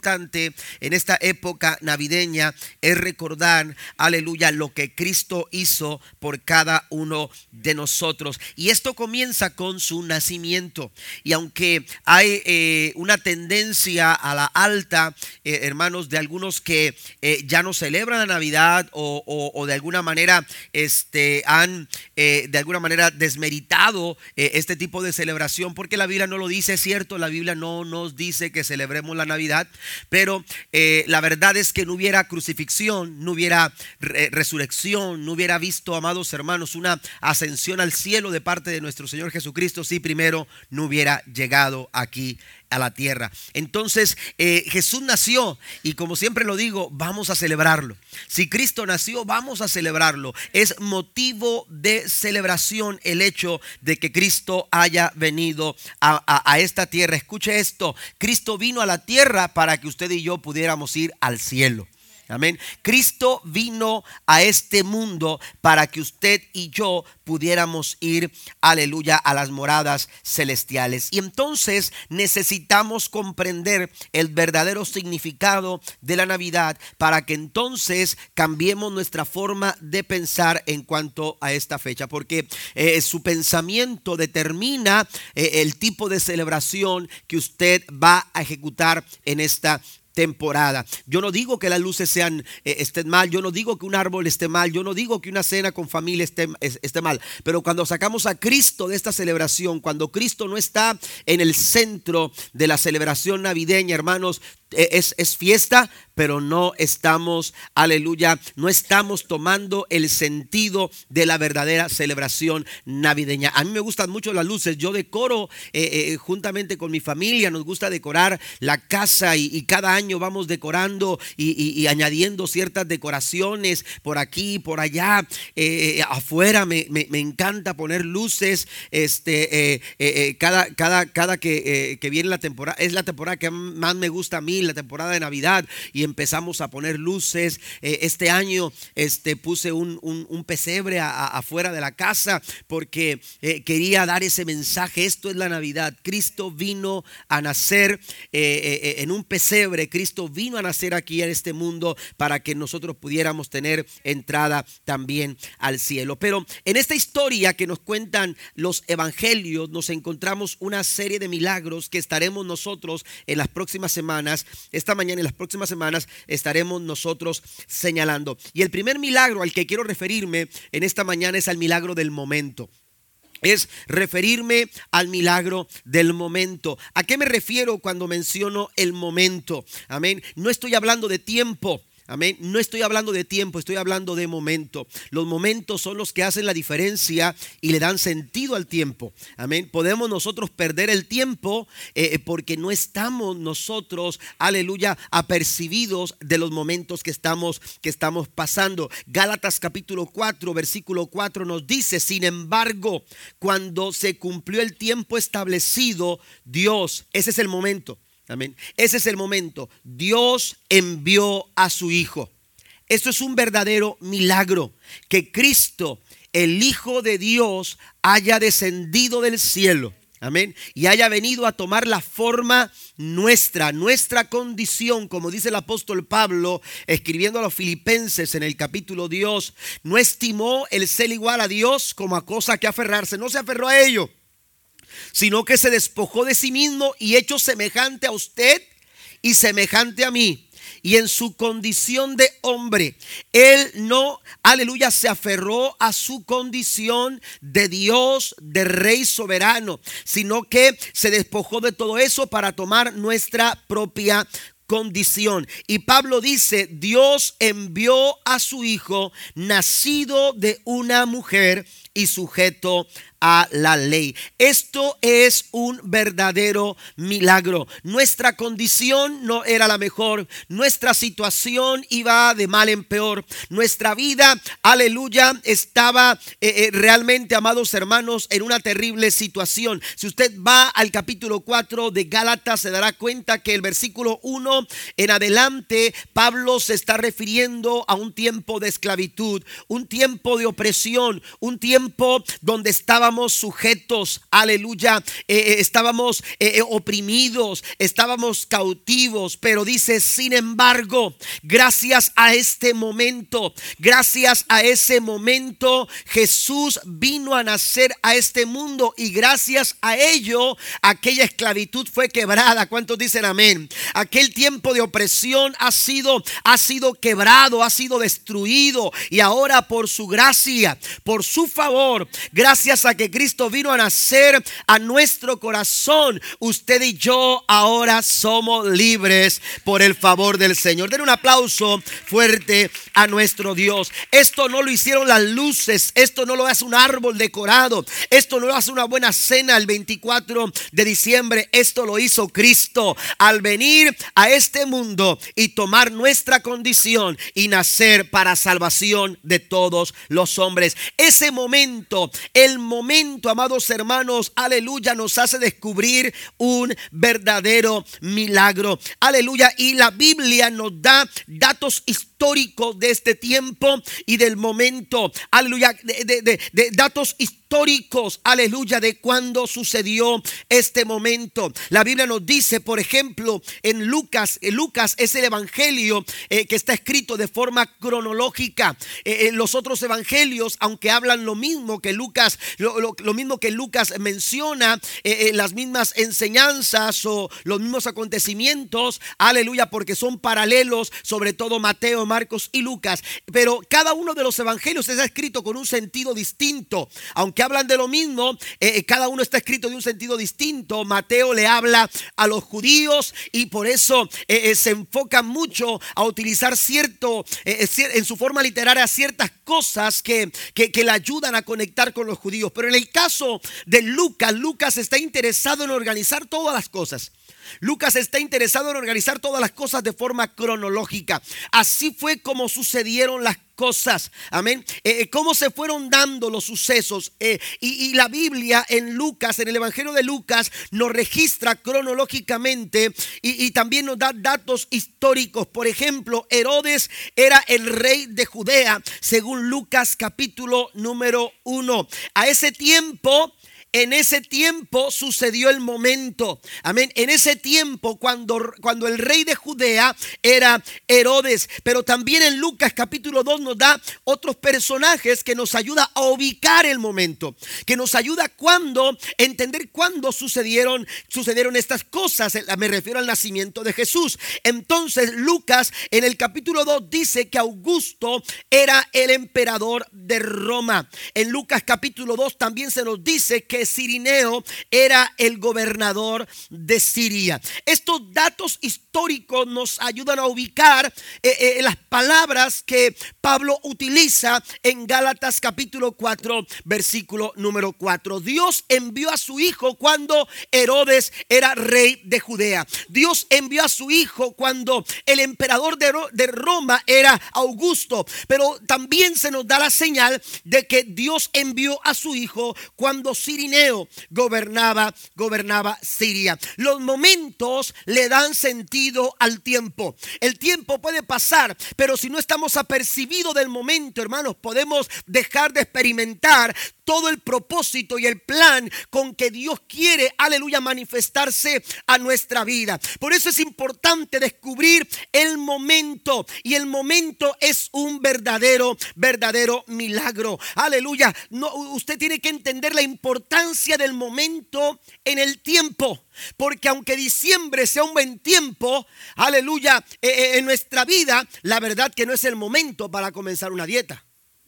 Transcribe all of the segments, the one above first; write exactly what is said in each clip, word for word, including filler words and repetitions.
importante en esta época navideña es recordar, aleluya, lo que Cristo hizo por cada uno de nosotros. Y esto comienza con su nacimiento. Y aunque hay eh, una tendencia a la alta, eh, hermanos, de algunos que eh, ya no celebran la Navidad o, o, o de alguna manera este, han eh, de alguna manera desmeritado eh, este tipo de celebración, porque la Biblia no lo dice, es cierto, la Biblia no nos dice que celebremos la Navidad, pero eh, la verdad es que no hubiera crucifixión, no hubiera re resurrección, no hubiera visto, amados hermanos, una ascensión al cielo de parte de nuestro Señor Jesucristo si primero no hubiera llegado aquí a la tierra. Entonces eh, Jesús nació y, como siempre lo digo, vamos a celebrarlo. Si Cristo nació, vamos a celebrarlo. Es motivo de celebración el hecho de que Cristo haya venido a, a, a esta tierra. Escuche esto: Cristo vino a la tierra para que usted y yo pudiéramos ir al cielo. Amén. Cristo vino a este mundo para que usted y yo pudiéramos ir, aleluya, a las moradas celestiales. Y entonces necesitamos comprender el verdadero significado de la Navidad para que entonces cambiemos nuestra forma de pensar en cuanto a esta fecha, porque eh, su pensamiento determina eh, el tipo de celebración que usted va a ejecutar en esta temporada. Yo no digo que las luces sean eh, estén mal, yo no digo que un árbol esté mal, yo no digo que una cena con familia esté, esté mal, pero cuando sacamos a Cristo de esta celebración, cuando Cristo no está en el centro de la celebración navideña, hermanos, Es, es fiesta, pero no estamos, aleluya, no estamos tomando el sentido de la verdadera celebración navideña. A mí me gustan mucho las luces. Yo decoro eh, eh, juntamente con mi familia, nos gusta decorar la casa y, y cada año vamos decorando y, y, y añadiendo ciertas decoraciones por aquí, por allá, eh, afuera. Me, me, me encanta poner luces. Este, eh, eh, eh, cada, cada, cada que, eh, que viene la temporada, es la temporada que más me gusta a mí, la temporada de Navidad, y empezamos a poner luces. Eh, este año este, puse un, un, un pesebre a, a, afuera de la casa porque eh, quería dar ese mensaje. Esto es la Navidad. Cristo vino a nacer eh, eh, en un pesebre. Cristo vino a nacer aquí en este mundo para que nosotros pudiéramos tener entrada también al cielo. Pero en esta historia que nos cuentan los evangelios nos encontramos una serie de milagros que estaremos nosotros en las próximas semanas. Esta mañana y las próximas semanas estaremos nosotros señalando. Y el primer milagro al que quiero referirme en esta mañana es al milagro del momento. Es referirme al milagro del momento. ¿A qué me refiero cuando menciono el momento? Amén. No estoy hablando de tiempo. Amén. No estoy hablando de tiempo, estoy hablando de momento. Los momentos son los que hacen la diferencia y le dan sentido al tiempo. Amén. Podemos nosotros perder el tiempo eh, porque no estamos nosotros, aleluya, apercibidos de los momentos que estamos, que estamos pasando. Gálatas capítulo cuatro, versículo cuatro nos dice: sin embargo, cuando se cumplió el tiempo establecido, Dios, ese es el momento. Amén. Ese es el momento. Dios envió a su Hijo. Esto es un verdadero milagro, que Cristo, el Hijo de Dios, haya descendido del cielo. Amén. Y haya venido a tomar la forma nuestra, nuestra condición, como dice el apóstol Pablo, escribiendo a los filipenses en el capítulo dos. No estimó el ser igual a Dios como a cosa que aferrarse. No se aferró a ello, sino que se despojó de sí mismo y hecho semejante a usted y semejante a mí. Y en su condición de hombre, él no, aleluya, se aferró a su condición de Dios, de Rey soberano, sino que se despojó de todo eso para tomar nuestra propia condición. Y Pablo dice: Dios envió a su Hijo, nacido de una mujer y sujeto a la ley. Esto es un verdadero milagro. Nuestra condición no era la mejor. Nuestra situación iba de mal en peor. Nuestra vida, aleluya, estaba eh, eh, realmente, amados hermanos, en una terrible situación. Si usted va al capítulo cuatro de Gálatas, se dará cuenta que el versículo uno en adelante, Pablo se está refiriendo a un tiempo de esclavitud, un tiempo de opresión, un tiempo donde estábamos estábamos sujetos, aleluya, eh, estábamos eh, oprimidos, estábamos cautivos, pero dice, sin embargo, gracias a este momento, gracias a ese momento, Jesús vino a nacer a este mundo y gracias a ello, aquella esclavitud fue quebrada. ¿Cuántos dicen amén? Aquel tiempo de opresión ha sido, ha sido quebrado, ha sido destruido y ahora por su gracia, por su favor, gracias a que Cristo vino a nacer a nuestro corazón, usted y yo ahora somos libres por el favor del Señor. Den un aplauso fuerte a nuestro Dios. Esto no lo hicieron las luces, esto no lo hace un árbol decorado, esto no lo hace una buena cena el veinticuatro de diciembre, esto lo hizo Cristo al venir a este mundo y tomar nuestra condición y nacer para salvación de todos los hombres. Ese momento, el momento, amados hermanos, aleluya, nos hace descubrir un verdadero milagro, aleluya, y la Biblia nos da datos históricos de este tiempo y del momento, aleluya, de, de, de, de datos históricos, aleluya, de cuando sucedió este momento. La Biblia nos dice, por ejemplo, en Lucas, en Lucas es el evangelio eh, que está escrito de forma cronológica. Eh, eh, los otros evangelios, aunque hablan lo mismo que Lucas, lo, lo, lo mismo que Lucas menciona, eh, eh, las mismas enseñanzas o los mismos acontecimientos, aleluya, porque son paralelos, sobre todo Mateo, Marcos y Lucas, pero cada uno de los evangelios está escrito con un sentido distinto, aunque hablan de lo mismo, eh, cada uno está escrito de un sentido distinto. Mateo le habla a los judíos y por eso eh, eh, se enfoca mucho a utilizar cierto, eh, en su forma literaria, ciertas cosas que, que, que le ayudan a conectar con los judíos. Pero en el caso de Lucas, Lucas está interesado en organizar todas las cosas. Lucas está interesado en organizar todas las cosas de forma cronológica. Así fue como sucedieron las cosas, amén. Eh, cómo se fueron dando los sucesos. Eh, y, y la Biblia en Lucas, en el Evangelio de Lucas, nos registra cronológicamente y, y también nos da datos históricos. Por ejemplo, Herodes era el rey de Judea, según Lucas capítulo número uno. A ese tiempo, En ese tiempo sucedió el momento, amén. En ese tiempo cuando, cuando el rey de Judea era Herodes. Pero también en Lucas capítulo dos nos da otros personajes que nos ayuda a ubicar el momento, que nos ayuda cuando, entender cuándo sucedieron, sucedieron estas cosas. Me refiero al nacimiento de Jesús. Entonces Lucas en el capítulo dos dice que Augusto era el emperador de Roma. En Lucas capítulo dos también se nos dice que Cirineo era el gobernador de Siria. Estos datos históricos nos ayudan a ubicar eh, eh, las palabras que Pablo utiliza en Gálatas capítulo cuatro, versículo número cuatro. Dios envió a su hijo cuando Herodes era rey de Judea. Dios envió a su hijo cuando el emperador de, de Roma era Augusto. Pero también se nos da la señal de que Dios envió a su hijo cuando Cirineo gobernaba, gobernaba Siria. Los momentos le dan sentido al tiempo. El tiempo puede pasar, pero si no estamos apercibidos del momento, hermanos, podemos dejar de experimentar todo el propósito y el plan con que Dios quiere, aleluya, manifestarse a nuestra vida. Por eso es importante descubrir el momento, y el momento es un verdadero, verdadero milagro. Aleluya. No, usted tiene que entender la importancia del momento en el tiempo, porque aunque diciembre sea un buen tiempo, aleluya, eh, en nuestra vida, la verdad que no es el momento para comenzar una dieta.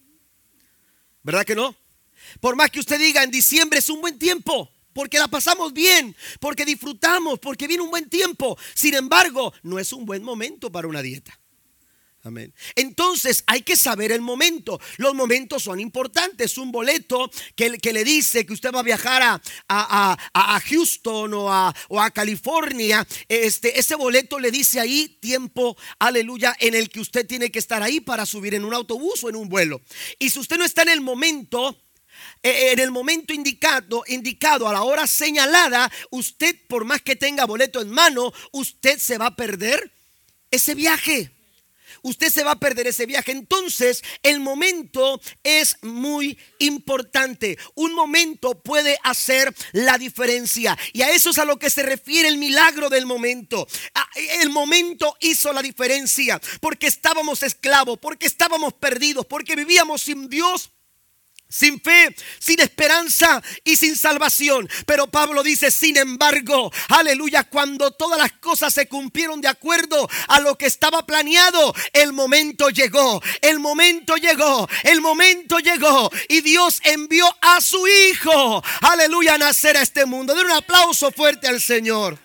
¿Verdad que no? Por más que usted diga en diciembre es un buen tiempo, porque la pasamos bien, porque disfrutamos, porque viene un buen tiempo. Sin embargo, no es un buen momento para una dieta. Amén. Entonces hay que saber el momento. Los momentos son importantes. Un boleto que, que le dice que usted va a viajar a, a, a, a Houston o a, o a California, este, ese boleto le dice ahí tiempo, aleluya, en el que usted tiene que estar ahí para subir en un autobús o en un vuelo. Y si usted no está en el momento, en el momento indicado, indicado a la hora señalada, usted, por más que tenga boleto en mano, usted se va a perder ese viaje. Usted se va a perder ese viaje. Entonces, el momento es muy importante. Un momento puede hacer la diferencia. Y a eso es a lo que se refiere el milagro del momento. El momento hizo la diferencia. Porque estábamos esclavos, porque estábamos perdidos, porque vivíamos sin Dios, sin fe, sin esperanza y sin salvación. Pero Pablo dice, sin embargo, aleluya, cuando todas las cosas se cumplieron de acuerdo a lo que estaba planeado, el momento llegó, el momento llegó, el momento llegó y Dios envió a su Hijo, aleluya, a nacer a este mundo. Den un aplauso fuerte al Señor.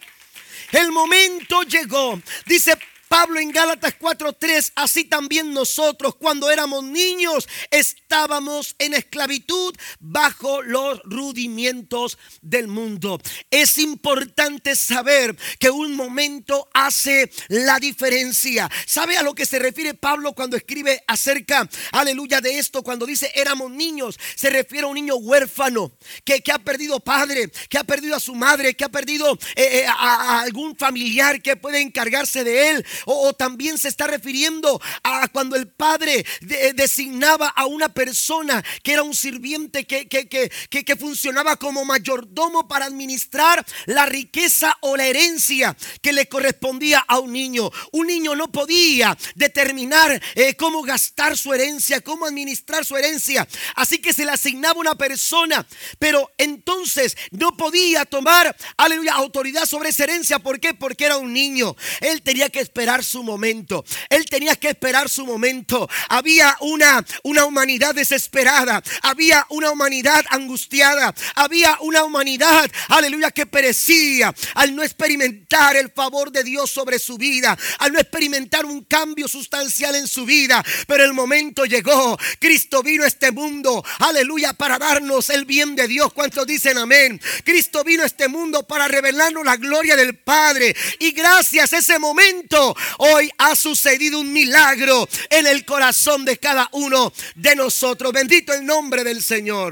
El momento llegó. Dice Pablo en Gálatas cuatro tres, así también nosotros cuando éramos niños estábamos en esclavitud bajo los rudimientos del mundo. Es importante saber que un momento hace la diferencia. ¿Sabe a lo que se refiere Pablo cuando escribe acerca, aleluya, de esto? Cuando dice éramos niños, se refiere a un niño huérfano que, que ha perdido padre, que ha perdido a su madre, que ha perdido eh, a, a algún familiar que puede encargarse de él. O, o también se está refiriendo a cuando el padre de, designaba a una persona que era un sirviente que, que, que, que, que funcionaba como mayordomo para administrar la riqueza o la herencia que le correspondía a un niño. Un niño no podía determinar eh, cómo gastar su herencia, cómo administrar su herencia. Así que se le asignaba una persona, pero entonces no podía tomar, aleluya, autoridad sobre esa herencia. ¿Por qué? Porque era un niño. Él tenía que esperar su momento. Él tenía que esperar su momento. Había una, una humanidad desesperada. Había una humanidad angustiada. Había una humanidad, aleluya, que perecía al no experimentar el favor de Dios sobre su vida, al no experimentar un cambio sustancial en su vida. Pero el momento llegó. Cristo vino a este mundo, aleluya, para darnos el bien de Dios. ¿Cuántos dicen amén? Cristo vino a este mundo para revelarnos la gloria del Padre. Y gracias a ese momento, hoy ha sucedido un milagro en el corazón de cada uno de nosotros. Bendito el nombre del Señor.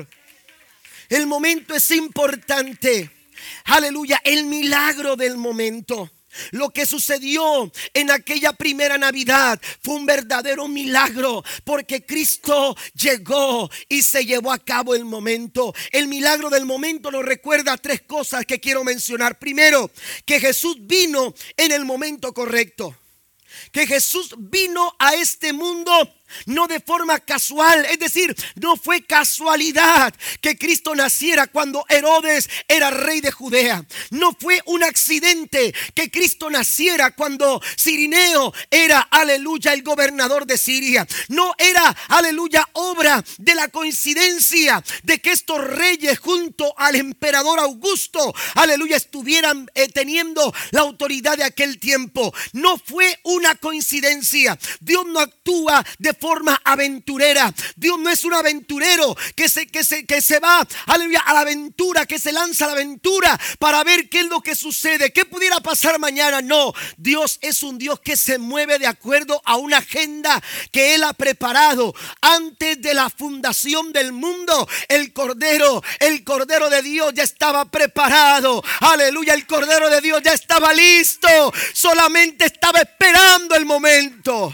El momento es importante. Aleluya, el milagro del momento. Lo que sucedió en aquella primera Navidad fue un verdadero milagro, porque Cristo llegó y se llevó a cabo el momento. El milagro del momento nos recuerda tres cosas que quiero mencionar. Primero, que Jesús vino en el momento correcto. Que Jesús vino a este mundo no de forma casual, es decir, no fue casualidad que Cristo naciera cuando Herodes era rey de Judea. No fue un accidente que Cristo naciera cuando Cirineo era, aleluya, el gobernador de Siria. No era, aleluya, obra de la coincidencia de que estos reyes junto al emperador Augusto, aleluya, estuvieran eh, teniendo la autoridad de aquel tiempo. No fue una coincidencia. Dios no actúa de forma aventurera. Dios no es un aventurero que se, que se, que se va, aleluya, a la aventura, que se lanza a la aventura para ver qué es lo que sucede, qué pudiera pasar mañana. No, Dios es un Dios que se mueve de acuerdo a una agenda que Él ha preparado. Antes de la fundación del mundo, el Cordero, el Cordero de Dios ya estaba preparado. Aleluya, el Cordero de Dios ya estaba listo. Solamente estaba esperando el momento.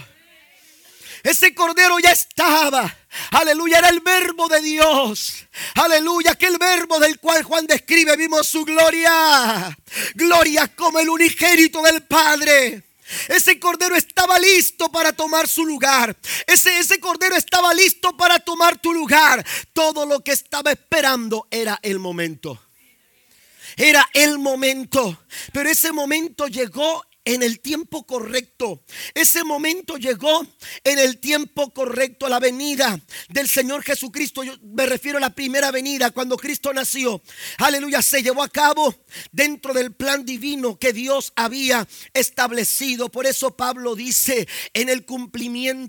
Ese Cordero ya estaba, aleluya, era el verbo de Dios, aleluya, aquel verbo del cual Juan describe, vimos su gloria, gloria como el unigénito del Padre. Ese Cordero estaba listo para tomar su lugar. Ese, ese Cordero estaba listo para tomar tu lugar. Todo lo que estaba esperando era el momento. Era el momento. Pero ese momento llegó en el tiempo correcto. Ese momento llegó en el tiempo correcto. La venida del Señor Jesucristo, yo me refiero a la primera venida, cuando Cristo nació, aleluya, se llevó a cabo dentro del plan divino que Dios había establecido. Por eso Pablo dice, en el cumplimiento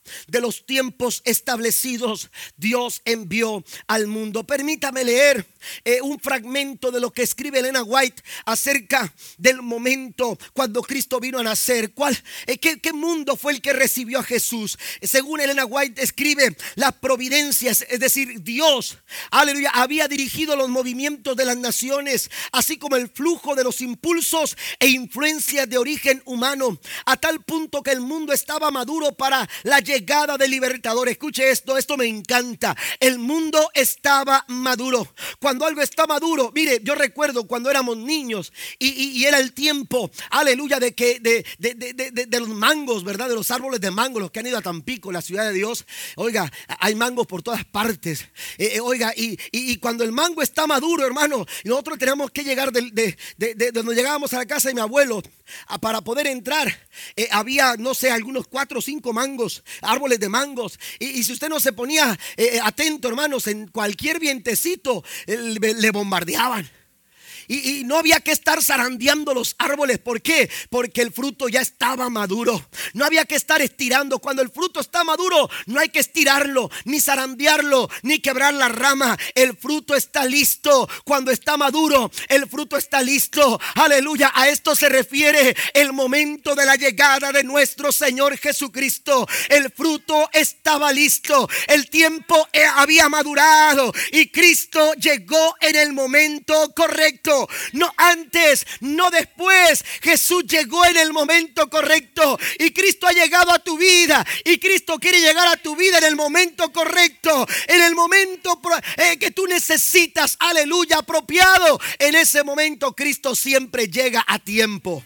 de los tiempos establecidos, Dios envió al mundo. Permítame leer eh, un fragmento de lo que escribe Elena White acerca del momento cuando Cristo vino a nacer. ¿Cuál, eh, qué, qué mundo fue el que recibió a Jesús? Según Elena White escribe, las providencias, es decir, Dios, aleluya, había dirigido los movimientos de las naciones, así como el flujo de los impulsos e influencias de origen humano, a tal punto que el mundo estaba maduro para la llegada del libertador. Escuche esto, esto me encanta. El mundo estaba maduro. Cuando algo está maduro, mire, yo recuerdo cuando éramos niños y, y, y era el tiempo, aleluya, de que de, de, de, de, de, de los mangos, ¿verdad? De los árboles de mango, los que han ido a Tampico, la ciudad de Dios. Oiga, hay mangos por todas partes. Eh, eh, oiga, y, y, y cuando el mango está maduro, hermano, nosotros teníamos que llegar de, de, de, de donde llegábamos a la casa de mi abuelo a, para poder entrar. Eh, había, no sé, algunos cuatro o cinco mangos, árboles de mangos. Y, y si usted no se ponía eh, atento, hermanos, en cualquier vientecito eh, le, le bombardeaban. Y, y no había que estar zarandeando los árboles. ¿Por qué? Porque el fruto ya estaba maduro. No había que estar estirando. Cuando el fruto está maduro, no hay que estirarlo, ni zarandearlo, ni quebrar la rama. El fruto está listo. Cuando está maduro, el fruto está listo. Aleluya. A esto se refiere el momento de la llegada de nuestro Señor Jesucristo. El fruto estaba listo. El tiempo había madurado y Cristo llegó en el momento correcto. No antes, no después. Jesús llegó en el momento correcto. Y Cristo ha llegado a tu vida. Y Cristo quiere llegar a tu vida en el momento correcto. En el momento eh, que tú necesitas. Aleluya, apropiado. En ese momento Cristo siempre llega a tiempo.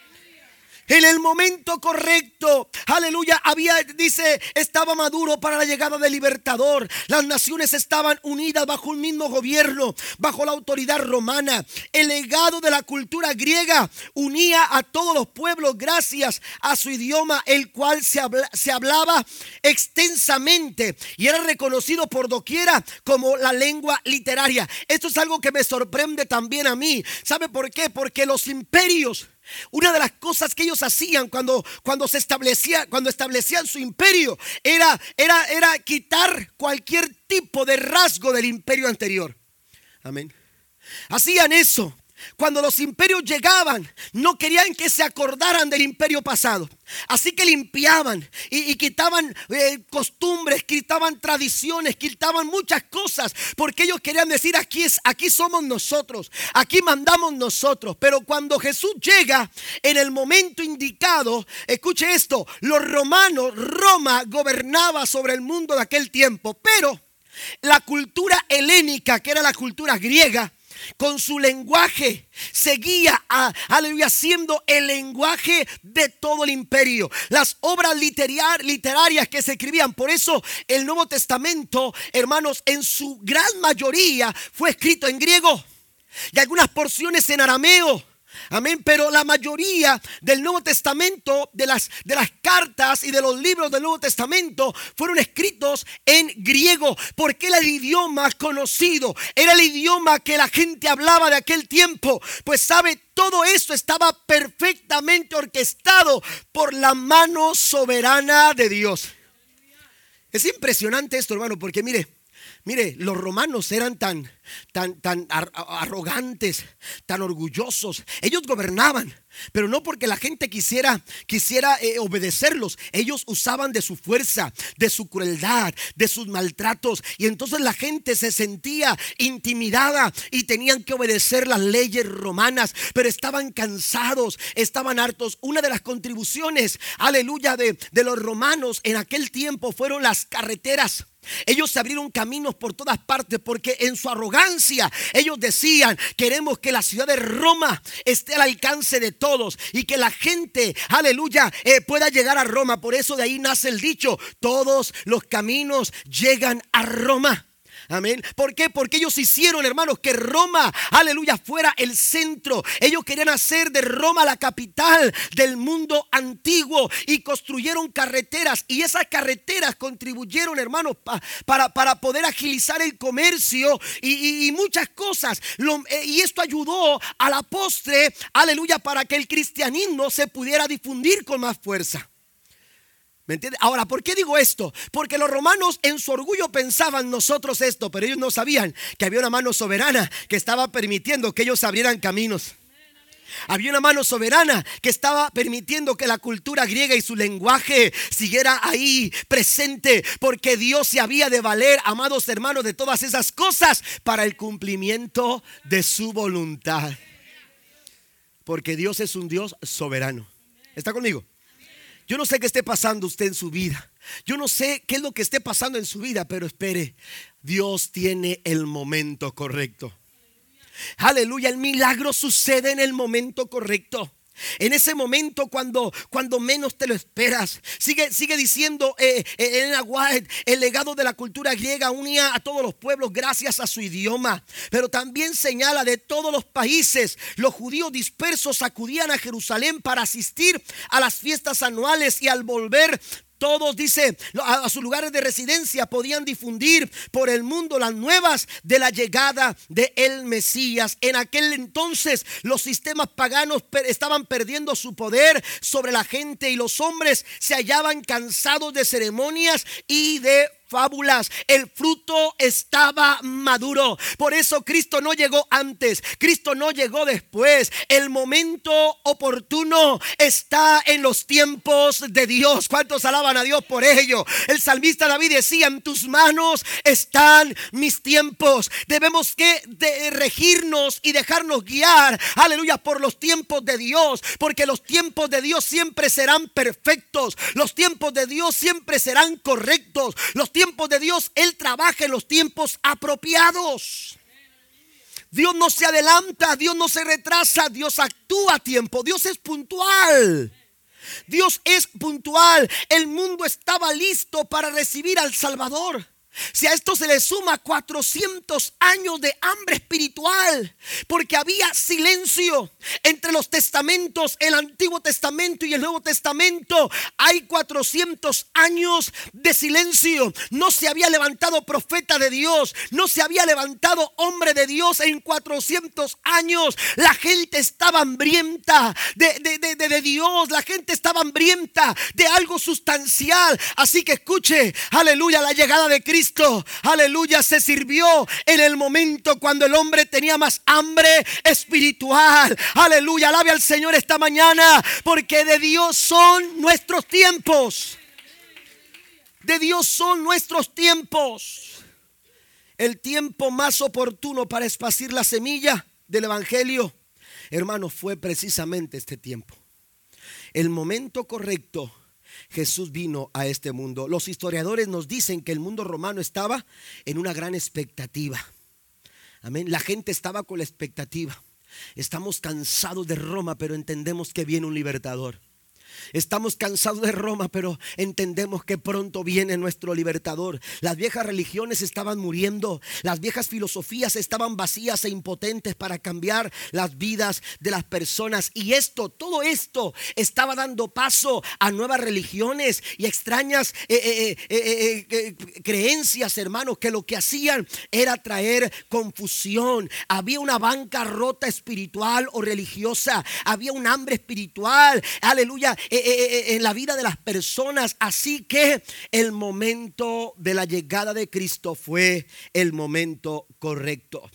En el momento correcto, aleluya, había, dice, estaba maduro para la llegada del libertador. Las naciones estaban unidas bajo un mismo gobierno, bajo la autoridad romana. El legado de la cultura griega unía a todos los pueblos gracias a su idioma, el cual se, habla, se hablaba extensamente y era reconocido por doquiera como la lengua literaria. Esto es algo que me sorprende también a mí. ¿Sabe por qué? Porque los imperios, una de las cosas que ellos hacían cuando, cuando se establecía, cuando establecían su imperio, era, era, era quitar cualquier tipo de rasgo del imperio anterior. Amén. Hacían eso. Cuando los imperios llegaban, no querían que se acordaran del imperio pasado. Así que limpiaban y, y quitaban eh, costumbres, quitaban tradiciones, quitaban muchas cosas, porque ellos querían decir, aquí, es, aquí somos nosotros, aquí mandamos nosotros. Pero cuando Jesús llega en el momento indicado, escuche esto, los romanos, Roma gobernaba sobre el mundo de aquel tiempo, pero la cultura helénica, que era la cultura griega, con su lenguaje seguía a, aleluya, siendo el lenguaje de todo el imperio. Las obras literar, literarias que se escribían, por eso el Nuevo Testamento, hermanos, en su gran mayoría fue escrito en griego y algunas porciones en arameo. Amén, pero la mayoría del Nuevo Testamento, de las, de las cartas y de los libros del Nuevo Testamento, fueron escritos en griego, porque era el idioma conocido, era el idioma que la gente hablaba de aquel tiempo. Pues sabe, todo eso estaba perfectamente orquestado por la mano soberana de Dios. Es impresionante esto, hermano, porque mire, Mire, los romanos eran tan, tan, tan arrogantes, tan orgullosos. Ellos gobernaban, pero no porque la gente quisiera, quisiera eh, obedecerlos. Ellos usaban de su fuerza, de su crueldad, de sus maltratos. Y entonces la gente se sentía intimidada y tenían que obedecer las leyes romanas. Pero estaban cansados, estaban hartos. Una de las contribuciones, aleluya, de, de los romanos en aquel tiempo fueron las carreteras. Ellos se abrieron caminos por todas partes porque en su arrogancia ellos decían: queremos que la ciudad de Roma esté al alcance de todos y que la gente, aleluya, eh, pueda llegar a Roma. Por eso de ahí nace el dicho: todos los caminos llegan a Roma. Amén. ¿Por qué? Porque ellos hicieron, hermanos, que Roma, aleluya, fuera el centro. Ellos querían hacer de Roma la capital del mundo antiguo y construyeron carreteras. Y esas carreteras contribuyeron, hermanos, pa, para, para poder agilizar el comercio y, y, y muchas cosas. Lo, eh, y esto ayudó a la postre, aleluya, para que el cristianismo se pudiera difundir con más fuerza. ¿Me entiendes? Ahora, ¿por qué digo esto? Porque los romanos en su orgullo pensaban nosotros esto, pero ellos no sabían que había una mano soberana que estaba permitiendo que ellos abrieran caminos. Había una mano soberana que estaba permitiendo que la cultura griega y su lenguaje siguiera ahí presente, porque Dios se había de valer, amados hermanos, de todas esas cosas para el cumplimiento de su voluntad. Porque Dios es un Dios soberano. ¿Está conmigo? Yo no sé qué esté pasando usted en su vida. Yo no sé qué es lo que esté pasando en su vida, pero espere, Dios tiene el momento correcto. Aleluya, el milagro sucede en el momento correcto. En ese momento cuando, cuando menos te lo esperas. Sigue, sigue diciendo eh, eh, Ellen White, el legado de la cultura griega unía a todos los pueblos gracias a su idioma. Pero también señala de todos los países, los judíos dispersos acudían a Jerusalén para asistir a las fiestas anuales, y al volver todos, dice, a sus lugares de residencia podían difundir por el mundo las nuevas de la llegada de el Mesías. En aquel entonces los sistemas paganos estaban perdiendo su poder sobre la gente, y los hombres se hallaban cansados de ceremonias y de fábulas. El fruto estaba maduro. Por eso Cristo no llegó antes, Cristo no llegó después. El momento oportuno está en los tiempos de Dios. ¿Cuántos alaban a Dios por ello? El salmista David decía: en tus manos están mis tiempos. Debemos que de regirnos y dejarnos guiar, aleluya, por los tiempos de Dios, porque los tiempos de Dios siempre serán perfectos. Los tiempos de Dios siempre serán correctos. Los tiempos de Dios, Él trabaja en los tiempos apropiados. Dios no se adelanta, Dios no se retrasa, Dios actúa a tiempo. Dios es puntual. Dios es puntual. El mundo estaba listo para recibir al Salvador. Si a esto se le suma cuatrocientos años de hambre espiritual, porque había silencio entre los testamentos, el Antiguo Testamento y el Nuevo Testamento. Hay cuatrocientos años de silencio. No se había levantado profeta de Dios, no se había levantado hombre de Dios en cuatrocientos años. La gente estaba hambrienta de, de, de, de, de Dios. La gente estaba hambrienta de algo sustancial. Así que escuche, aleluya, la llegada de Cristo, aleluya, se sirvió en el momento cuando el hombre tenía más hambre espiritual. Aleluya, alabe al Señor esta mañana, porque de Dios son nuestros tiempos. De Dios son nuestros tiempos. El tiempo más oportuno para esparcir la semilla del evangelio, hermano, fue precisamente este tiempo. El momento correcto. Jesús vino a este mundo. Los historiadores nos dicen que el mundo romano estaba en una gran expectativa. Amén. La gente estaba con la expectativa. Estamos cansados de Roma, pero entendemos que viene un libertador. Estamos cansados de Roma, pero entendemos que pronto viene nuestro libertador. Las viejas religiones estaban muriendo. Las viejas filosofías estaban vacías e impotentes para cambiar las vidas de las personas. Y esto, todo esto estaba dando paso a nuevas religiones y extrañas eh, eh, eh, eh, eh, creencias, hermanos, que lo que hacían era traer confusión. Había una bancarrota espiritual o religiosa. Había un hambre espiritual, aleluya, Eh, eh, eh, en la vida de las personas. Así que el momento de la llegada de Cristo fue el momento correcto.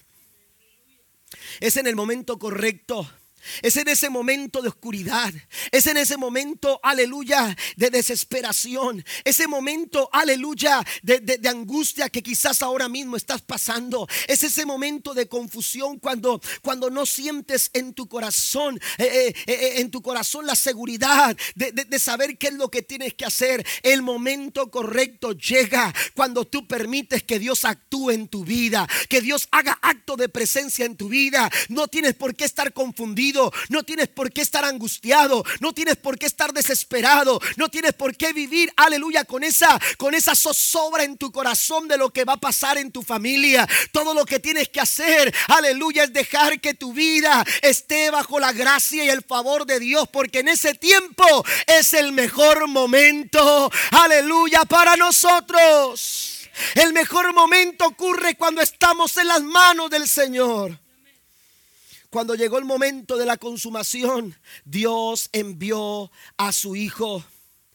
Es en el momento correcto. Es en ese momento de oscuridad. Es en ese momento, aleluya, de desesperación. Ese momento, aleluya, de, de, de angustia que quizás ahora mismo estás pasando. Es ese momento de confusión cuando, cuando no sientes en tu corazón, eh, eh, eh, en tu corazón la seguridad de, de, de saber qué es lo que tienes que hacer. El momento correcto llega cuando tú permites que Dios actúe en tu vida, que Dios haga acto de presencia en tu vida. No tienes por qué estar confundido. No tienes por qué estar angustiado, no tienes por qué estar desesperado, no tienes por qué vivir, aleluya, con esa, con esa zozobra en tu corazón de lo que va a pasar en tu familia. Todo lo que tienes que hacer, aleluya, es dejar que tu vida esté bajo la gracia y el favor de Dios, porque en ese tiempo es el mejor momento, aleluya, para nosotros. El mejor momento ocurre cuando estamos en las manos del Señor. Cuando llegó el momento de la consumación, Dios envió a su Hijo.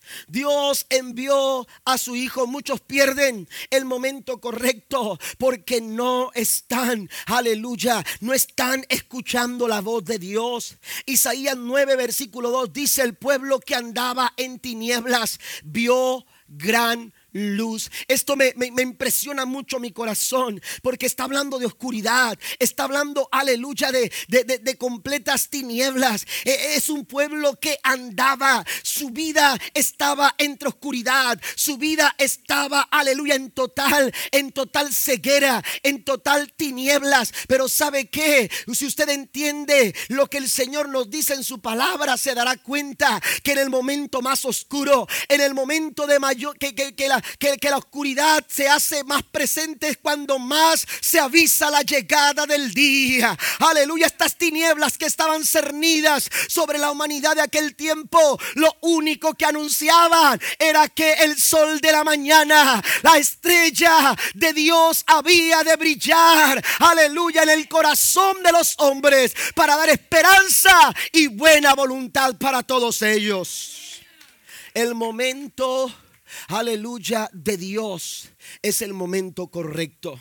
Dios envió a su Hijo. Muchos pierden el momento correcto porque no están, aleluya, no están escuchando la voz de Dios. Isaías nueve versículo dos dice: el pueblo que andaba en tinieblas vio gran luz. Esto me, me, me impresiona mucho mi corazón, porque está hablando de oscuridad, está hablando, aleluya, de, de, de, de completas tinieblas. Eh, es un pueblo que andaba, su vida estaba entre oscuridad, su vida estaba, aleluya, en total, en total ceguera, en total tinieblas. Pero ¿sabe qué? Si usted entiende lo que el Señor nos dice en su palabra, se dará cuenta que en el momento más oscuro, en el momento de mayor, que, que, que la Que, que la oscuridad se hace más presente es cuando más se avisa la llegada del día. Aleluya, estas tinieblas que estaban cernidas sobre la humanidad de aquel tiempo, lo único que anunciaban era que el sol de la mañana, la estrella de Dios, había de brillar, aleluya, en el corazón de los hombres para dar esperanza y buena voluntad para todos ellos. El momento, aleluya, de Dios es el momento correcto.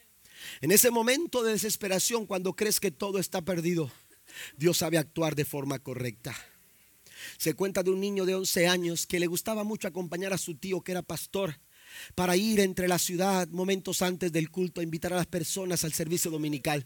En ese momento de desesperación, cuando crees que todo está perdido, Dios sabe actuar de forma correcta. Se cuenta de un niño de once años que le gustaba mucho acompañar a su tío, que era pastor, para ir entre la ciudad momentos antes del culto a invitar a las personas al servicio dominical.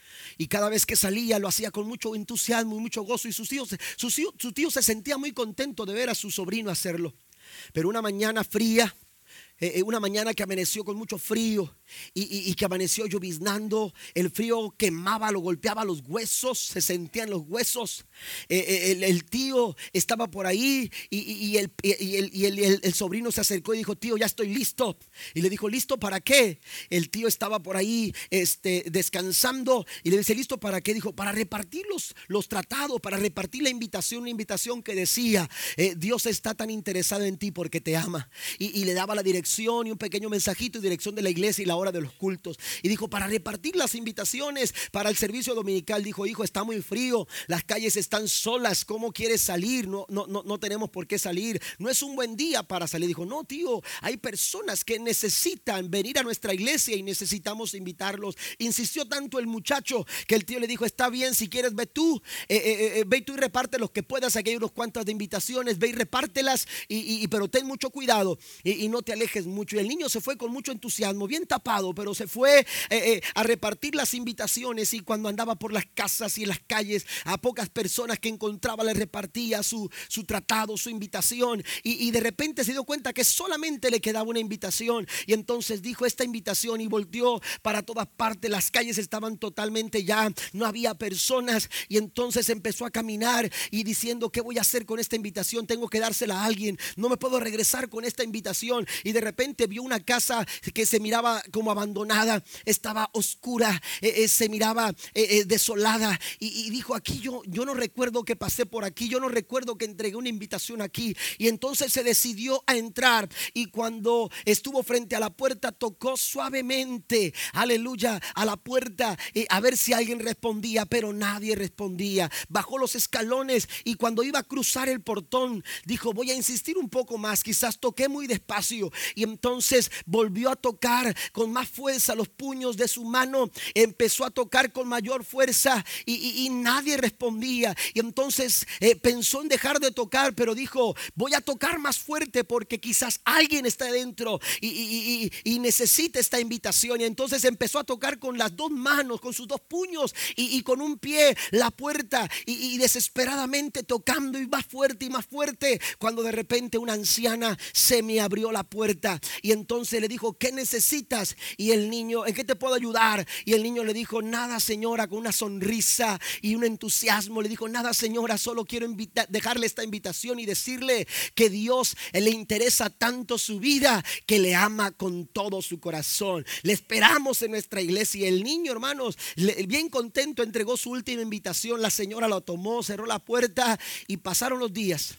Y cada vez que salía lo hacía con mucho entusiasmo y mucho gozo, y sus tíos, sus tíos, su tío se sentía muy contento de ver a su sobrino hacerlo. Pero una mañana fría, eh, una mañana que amaneció con mucho frío y, y, y que amaneció lloviznando, el frío quemaba, lo golpeaba los huesos, se sentían los huesos. Eh, el, el tío estaba por ahí y, y, y, el, y, el, y el, el, el sobrino se acercó y dijo: tío, ya estoy listo. Y le dijo: ¿listo para qué? El tío estaba por ahí este, descansando y le dice: ¿listo para qué? Dijo: para repartir los, los tratados, para repartir la invitación, una invitación que decía: eh, Dios está tan interesado en ti porque te ama. Y, y le daba la dirección y un pequeño mensajito y dirección de la iglesia y la hora de los cultos. Y dijo: para repartir las invitaciones para el servicio dominical. Dijo: hijo, está muy frío, las calles están solas, ¿cómo quieres salir? No, no, no, no tenemos por qué salir, no es un buen día para salir. Dijo: no, tío, hay personas que necesitan venir a nuestra iglesia y necesitamos invitarlos. Insistió tanto el muchacho que el tío le dijo: está bien, si quieres ve tú, eh, eh, eh, ve tú y reparte los que puedas. Aquí hay unos cuantas de invitaciones, ve y repártelas, y, y, pero ten mucho cuidado y, y no te alejes mucho. Y el niño se fue con mucho entusiasmo, bien tapado, pero se fue eh, eh, a repartir las invitaciones. Y cuando andaba por las casas y en las calles, a pocas personas que encontraba le repartía su, su tratado, su invitación. Y, y de repente se dio cuenta que solamente le quedaba una invitación. Y entonces dijo: esta invitación, y volteó para todas partes. Las calles estaban totalmente ya, no había personas. Y entonces empezó a caminar y diciendo: ¿qué voy a hacer con esta invitación? Tengo que dársela a alguien, no me puedo regresar con esta invitación. Y de repente vio una casa que se miraba como abandonada, estaba oscura, eh, eh, se miraba eh, eh, desolada. Y, y dijo: aquí yo, yo no recuerdo que pasé por aquí, yo no recuerdo que entregué una invitación aquí. Y entonces se decidió a entrar, y cuando estuvo frente a la puerta, tocó suavemente, aleluya, a la puerta, eh, a ver si alguien respondía, pero nadie respondía. Bajó los escalones y cuando iba a cruzar el portón, dijo: voy a insistir un poco más, quizás toqué muy despacio. Y entonces volvió a tocar con más fuerza los puños de su mano, empezó a tocar con mayor fuerza y, y, y nadie respondía. Y entonces eh, pensó en dejar de tocar, pero dijo: voy a tocar más fuerte porque quizás alguien está dentro y, y, y, y necesita esta invitación. Y entonces empezó a tocar con las dos manos, con sus dos puños y, y con un pie la puerta, y, y desesperadamente tocando, y más fuerte y más fuerte, cuando de repente una anciana se me abrió la puerta. Y entonces le dijo: ¿qué necesitas? Y el niño: ¿en qué te puedo ayudar? Y el niño le dijo: nada, señora, con una sonrisa y un entusiasmo le dijo: nada, señora, solo quiero invitar, dejarle esta invitación y decirle que Dios le interesa tanto su vida que le ama con todo su corazón. Le esperamos en nuestra iglesia. Y el niño, hermanos, bien contento, entregó su última invitación. La señora lo tomó, cerró la puerta, y pasaron los días.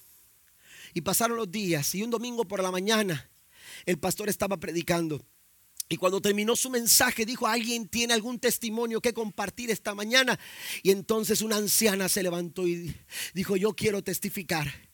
Y pasaron los días y un domingo por la mañana el pastor estaba predicando. Y cuando terminó su mensaje dijo: ¿alguien tiene algún testimonio que compartir esta mañana? Y entonces una anciana se levantó y dijo: yo quiero testificar.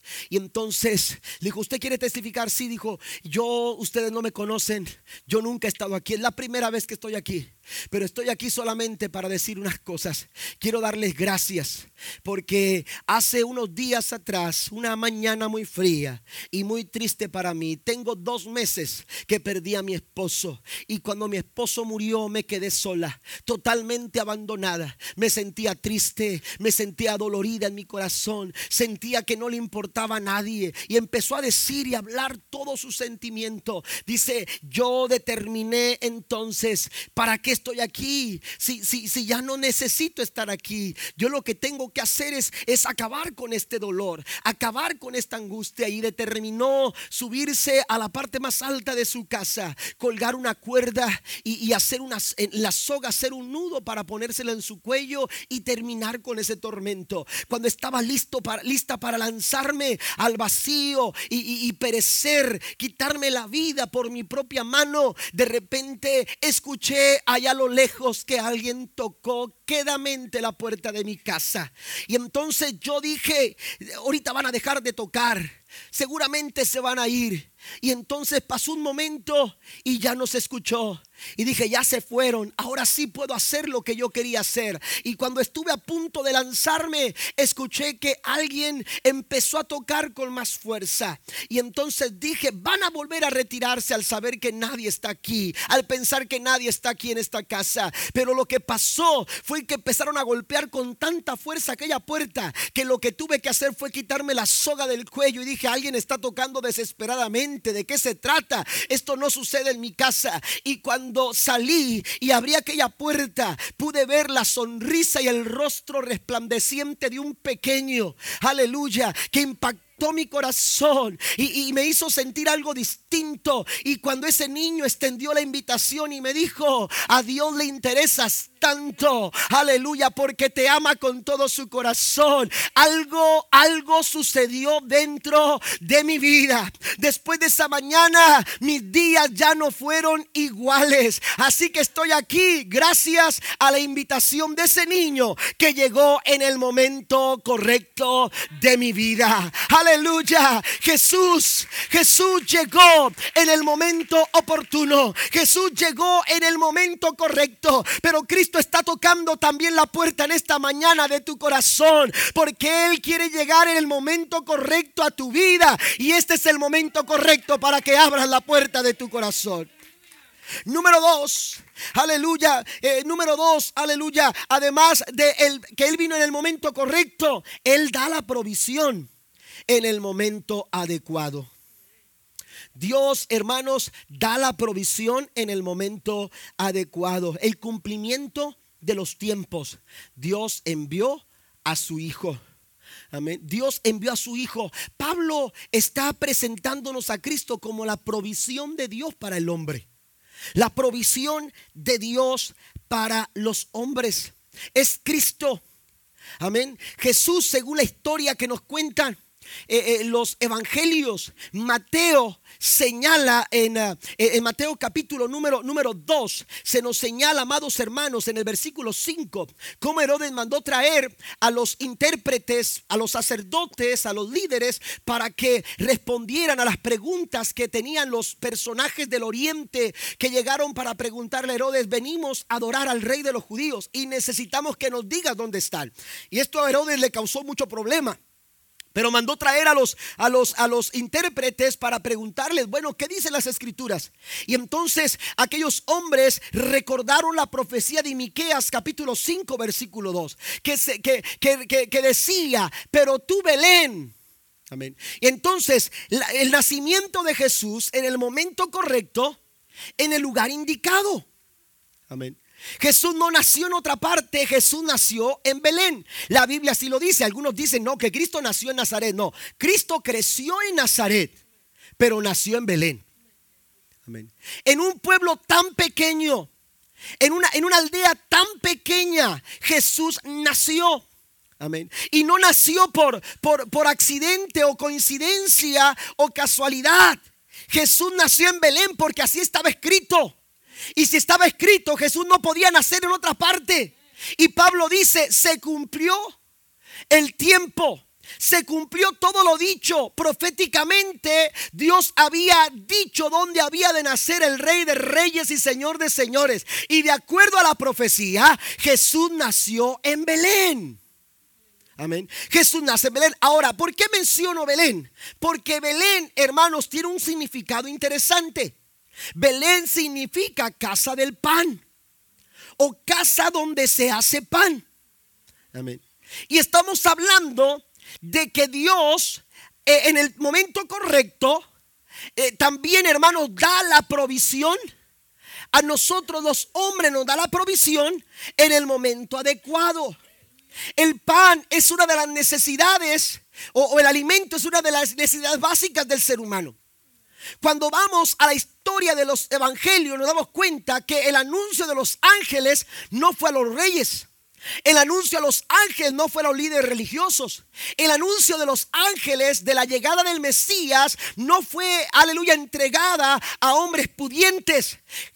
Y entonces le dijo, ¿usted quiere testificar? Sí, dijo, yo, ustedes no me conocen, yo nunca he estado aquí, es la primera vez que estoy aquí. Pero estoy aquí solamente para decir unas cosas. Quiero darles gracias porque hace unos días atrás, una mañana muy fría y muy triste para mí, tengo dos meses que perdí a mi esposo. Y cuando mi esposo murió me quedé sola, totalmente abandonada. Me sentía triste, me sentía dolorida en mi corazón, sentía que no le importaba a nadie. Y empezó a decir y hablar todo su sentimiento. Dice, yo determiné entonces, ¿para qué estoy aquí? Si, si, si ya no necesito estar aquí, yo lo que tengo que hacer es, es acabar con este dolor, acabar con esta angustia. Y determinó subirse a la parte más alta de su casa, colgar una cuerda y, y hacer una, en la soga, hacer un nudo para ponérsela en su cuello y terminar con ese tormento. Cuando estaba listo para, lista para lanzarme al vacío y, y, y perecer, quitarme la vida por mi propia mano, de repente escuché allá a lo lejos que alguien tocó quedamente la puerta de mi casa. Y entonces yo dije, ahorita van a dejar de tocar, seguramente se van a ir. Y entonces pasó un momento y ya no se escuchó. Y dije, ya se fueron, ahora sí puedo hacer lo que yo quería hacer. Y cuando estuve a punto de lanzarme, escuché que alguien empezó a tocar con más fuerza. Y entonces dije, van a volver a retirarse al saber que nadie está aquí, al pensar que nadie está aquí en esta casa. Pero lo que pasó fue que empezaron a golpear con tanta fuerza aquella puerta, que lo que tuve que hacer fue quitarme la soga del cuello. Y dije, alguien está tocando desesperadamente. ¿De qué se trata? Esto no sucede en mi casa. Y cuando salí y abrí aquella puerta, pude ver la sonrisa y el rostro resplandeciente de un pequeño, aleluya, que impactó mi corazón y, y me hizo sentir algo distinto. Y cuando ese niño extendió la invitación y me dijo, a Dios le interesas tanto, aleluya, porque te ama con todo su corazón, algo, algo sucedió dentro de mi vida. Después de esa mañana, mis días ya no fueron iguales. Así que estoy aquí gracias a la invitación de ese niño que llegó en el momento correcto de mi vida. Aleluya, Jesús, Jesús llegó en el momento oportuno. Jesús llegó en el momento correcto. Pero Cristo está tocando también la puerta en esta mañana de tu corazón, porque Él quiere llegar en el momento correcto a tu vida. Y este es el momento correcto para que abras la puerta de tu corazón. Número dos, aleluya, eh, número dos, aleluya. Además de el, que Él vino en el momento correcto, Él da la provisión en el momento adecuado. Dios, hermanos, da la provisión en el momento adecuado. El cumplimiento de los tiempos. Dios envió a su Hijo. Amén. Dios envió a su Hijo. Pablo está presentándonos a Cristo como la provisión de Dios para el hombre. La provisión de Dios para los hombres es Cristo. Amén. Jesús, según la historia que nos cuentan Eh, eh, los evangelios, Mateo señala en, uh, en Mateo capítulo número, número dos, se nos señala, amados hermanos, en el versículo cinco, cómo Herodes mandó traer a los intérpretes, a los sacerdotes, a los líderes, para que respondieran a las preguntas que tenían los personajes del oriente, que llegaron para preguntarle a Herodes, venimos a adorar al rey de los judíos y necesitamos que nos digas dónde están. Y esto a Herodes le causó mucho problema. Pero mandó traer a los, a, los, a los intérpretes para preguntarles, bueno, ¿qué dicen las escrituras? Y entonces aquellos hombres recordaron la profecía de Miqueas capítulo cinco versículo dos, que, se, que, que, que, que decía, pero tú Belén. Amén. Y entonces la, el nacimiento de Jesús en el momento correcto, en el lugar indicado. Amén. Jesús no nació en otra parte, Jesús nació en Belén. La Biblia así lo dice. Algunos dicen no, que Cristo nació en Nazaret. No, Cristo creció en Nazaret, pero nació en Belén. Amén. En un pueblo tan pequeño, en una, en una aldea tan pequeña, Jesús nació. Amén. Y no nació por, por, por accidente o coincidencia o casualidad. Jesús nació en Belén porque así estaba escrito. Y si estaba escrito, Jesús no podía nacer en otra parte. Y Pablo dice, se cumplió el tiempo. se cumplió todo lo dicho. Proféticamente, Dios había dicho dónde había de nacer el Rey de Reyes y Señor de Señores. Y de acuerdo a la profecía, Jesús nació en Belén. Amén. Jesús nace en Belén. Ahora, ¿por qué menciono Belén? Porque Belén, hermanos, tiene un significado interesante. Belén significa casa del pan, o casa donde se hace pan. Amén. Y estamos hablando de que Dios eh, en el momento correcto eh, también, hermanos, da la provisión. A nosotros los hombres nos da la provisión en el momento adecuado. El pan es una de las necesidades, o, o el alimento es una de las necesidades básicas del ser humano. Cuando vamos a la historia de los evangelios, nos damos cuenta que el anuncio de los ángeles no fue a los reyes. El anuncio a los ángeles no fue a los líderes religiosos. El anuncio de los ángeles de la llegada del Mesías no fue, aleluya, entregada a hombres pudientes.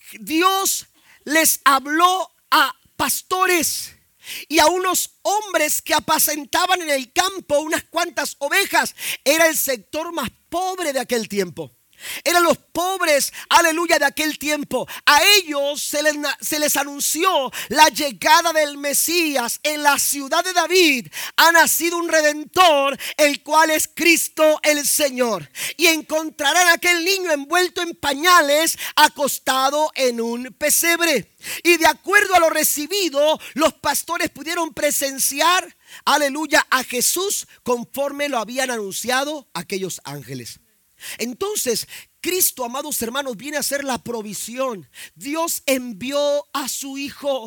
Dios les habló a pastores y a unos hombres que apacentaban en el campo unas cuantas ovejas. Era el sector más pobre de aquel tiempo. Eran los pobres, aleluya, de aquel tiempo. A ellos se les, se les anunció la llegada del Mesías. En la ciudad de David ha nacido un Redentor, el cual es Cristo el Señor. Y encontrarán a aquel niño envuelto en pañales, acostado en un pesebre. Y de acuerdo a lo recibido, los pastores pudieron presenciar, aleluya, a Jesús conforme lo habían anunciado aquellos ángeles. Entonces, Cristo, amados hermanos, viene a ser la provisión. Dios envió a su Hijo.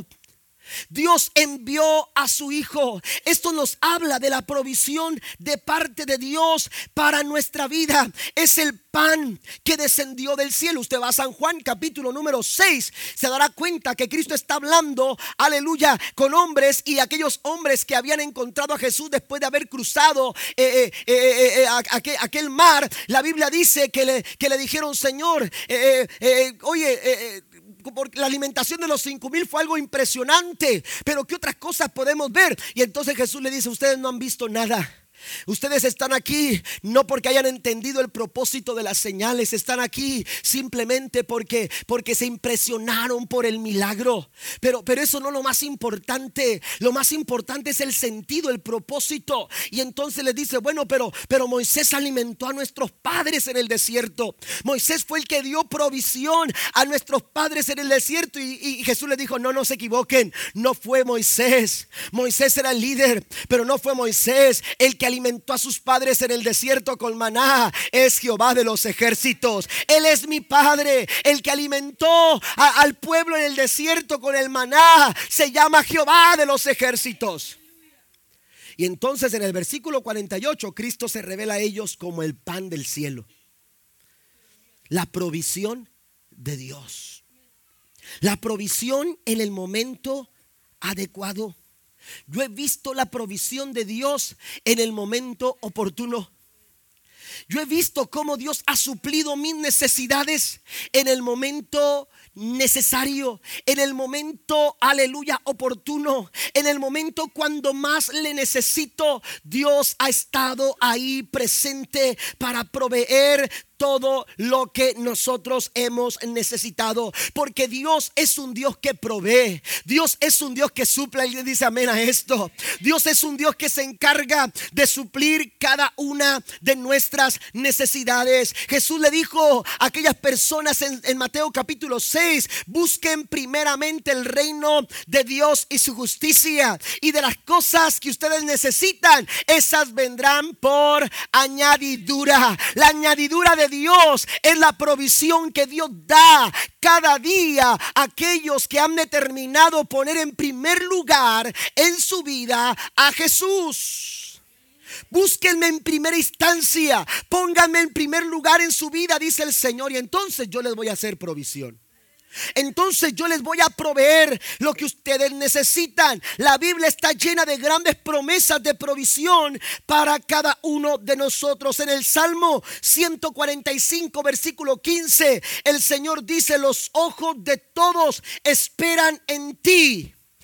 Dios envió a su Hijo. Esto nos habla de la provisión de parte de Dios para nuestra vida. Es el pan que descendió del cielo. Usted va a San Juan capítulo número seis, se dará cuenta que Cristo está hablando, aleluya, con hombres, y aquellos hombres que habían encontrado a Jesús después de haber cruzado eh, eh, eh, eh, aquel, aquel mar. La Biblia dice que le, que le dijeron: Señor, eh, eh, eh, oye, eh, eh, porque la alimentación de los cinco mil fue algo impresionante, pero ¿qué otras cosas podemos ver? Y entonces Jesús le dice: ustedes no han visto nada. Ustedes están aquí no porque hayan entendido el propósito de las señales. Están aquí simplemente porque, porque se impresionaron por el milagro. Pero, pero eso no es lo más importante. Lo más importante es el sentido, el propósito. Y entonces les dice: bueno, pero, pero Moisés alimentó a nuestros padres en el desierto. Moisés fue el que dio provisión a nuestros padres en el desierto. Y, y Jesús les dijo: no, no se equivoquen. No fue Moisés. Moisés era el líder, pero no fue Moisés el que alimentó a sus padres en el desierto con maná. Es Jehová de los ejércitos. Él es mi Padre. El que alimentó a, al pueblo en el desierto con el maná se llama Jehová de los ejércitos. Y entonces en el versículo cuarenta y ocho, Cristo se revela a ellos como el pan del cielo, la provisión de Dios, la provisión en el momento adecuado. Yo he visto la provisión de Dios en el momento oportuno. Yo he visto cómo Dios ha suplido mis necesidades en el momento necesario, en el momento, aleluya, oportuno, en el momento cuando más le necesito. Dios ha estado ahí presente para proveer todo lo que nosotros hemos necesitado, porque Dios es un Dios que provee. Dios es un Dios que suple. Y le dice amén a esto. Dios es un Dios que se encarga de suplir cada una de nuestras necesidades. Jesús le dijo a aquellas personas en, en Mateo capítulo seis: busquen primeramente el reino de Dios y su justicia, y de las cosas que ustedes necesitan, esas vendrán por añadidura. La añadidura de Dios es la provisión que Dios da cada día a aquellos que han determinado poner en primer lugar en su vida a Jesús. Búsquenme en primera instancia, pónganme en primer lugar en su vida, dice el Señor, y entonces yo les voy a hacer provisión. Entonces yo les voy a proveer lo que ustedes necesitan. La Biblia está llena de grandes promesas de provisión para cada uno de nosotros. En el Salmo ciento cuarenta y cinco versículo quince, el Señor dice: los ojos de todos esperan en ti,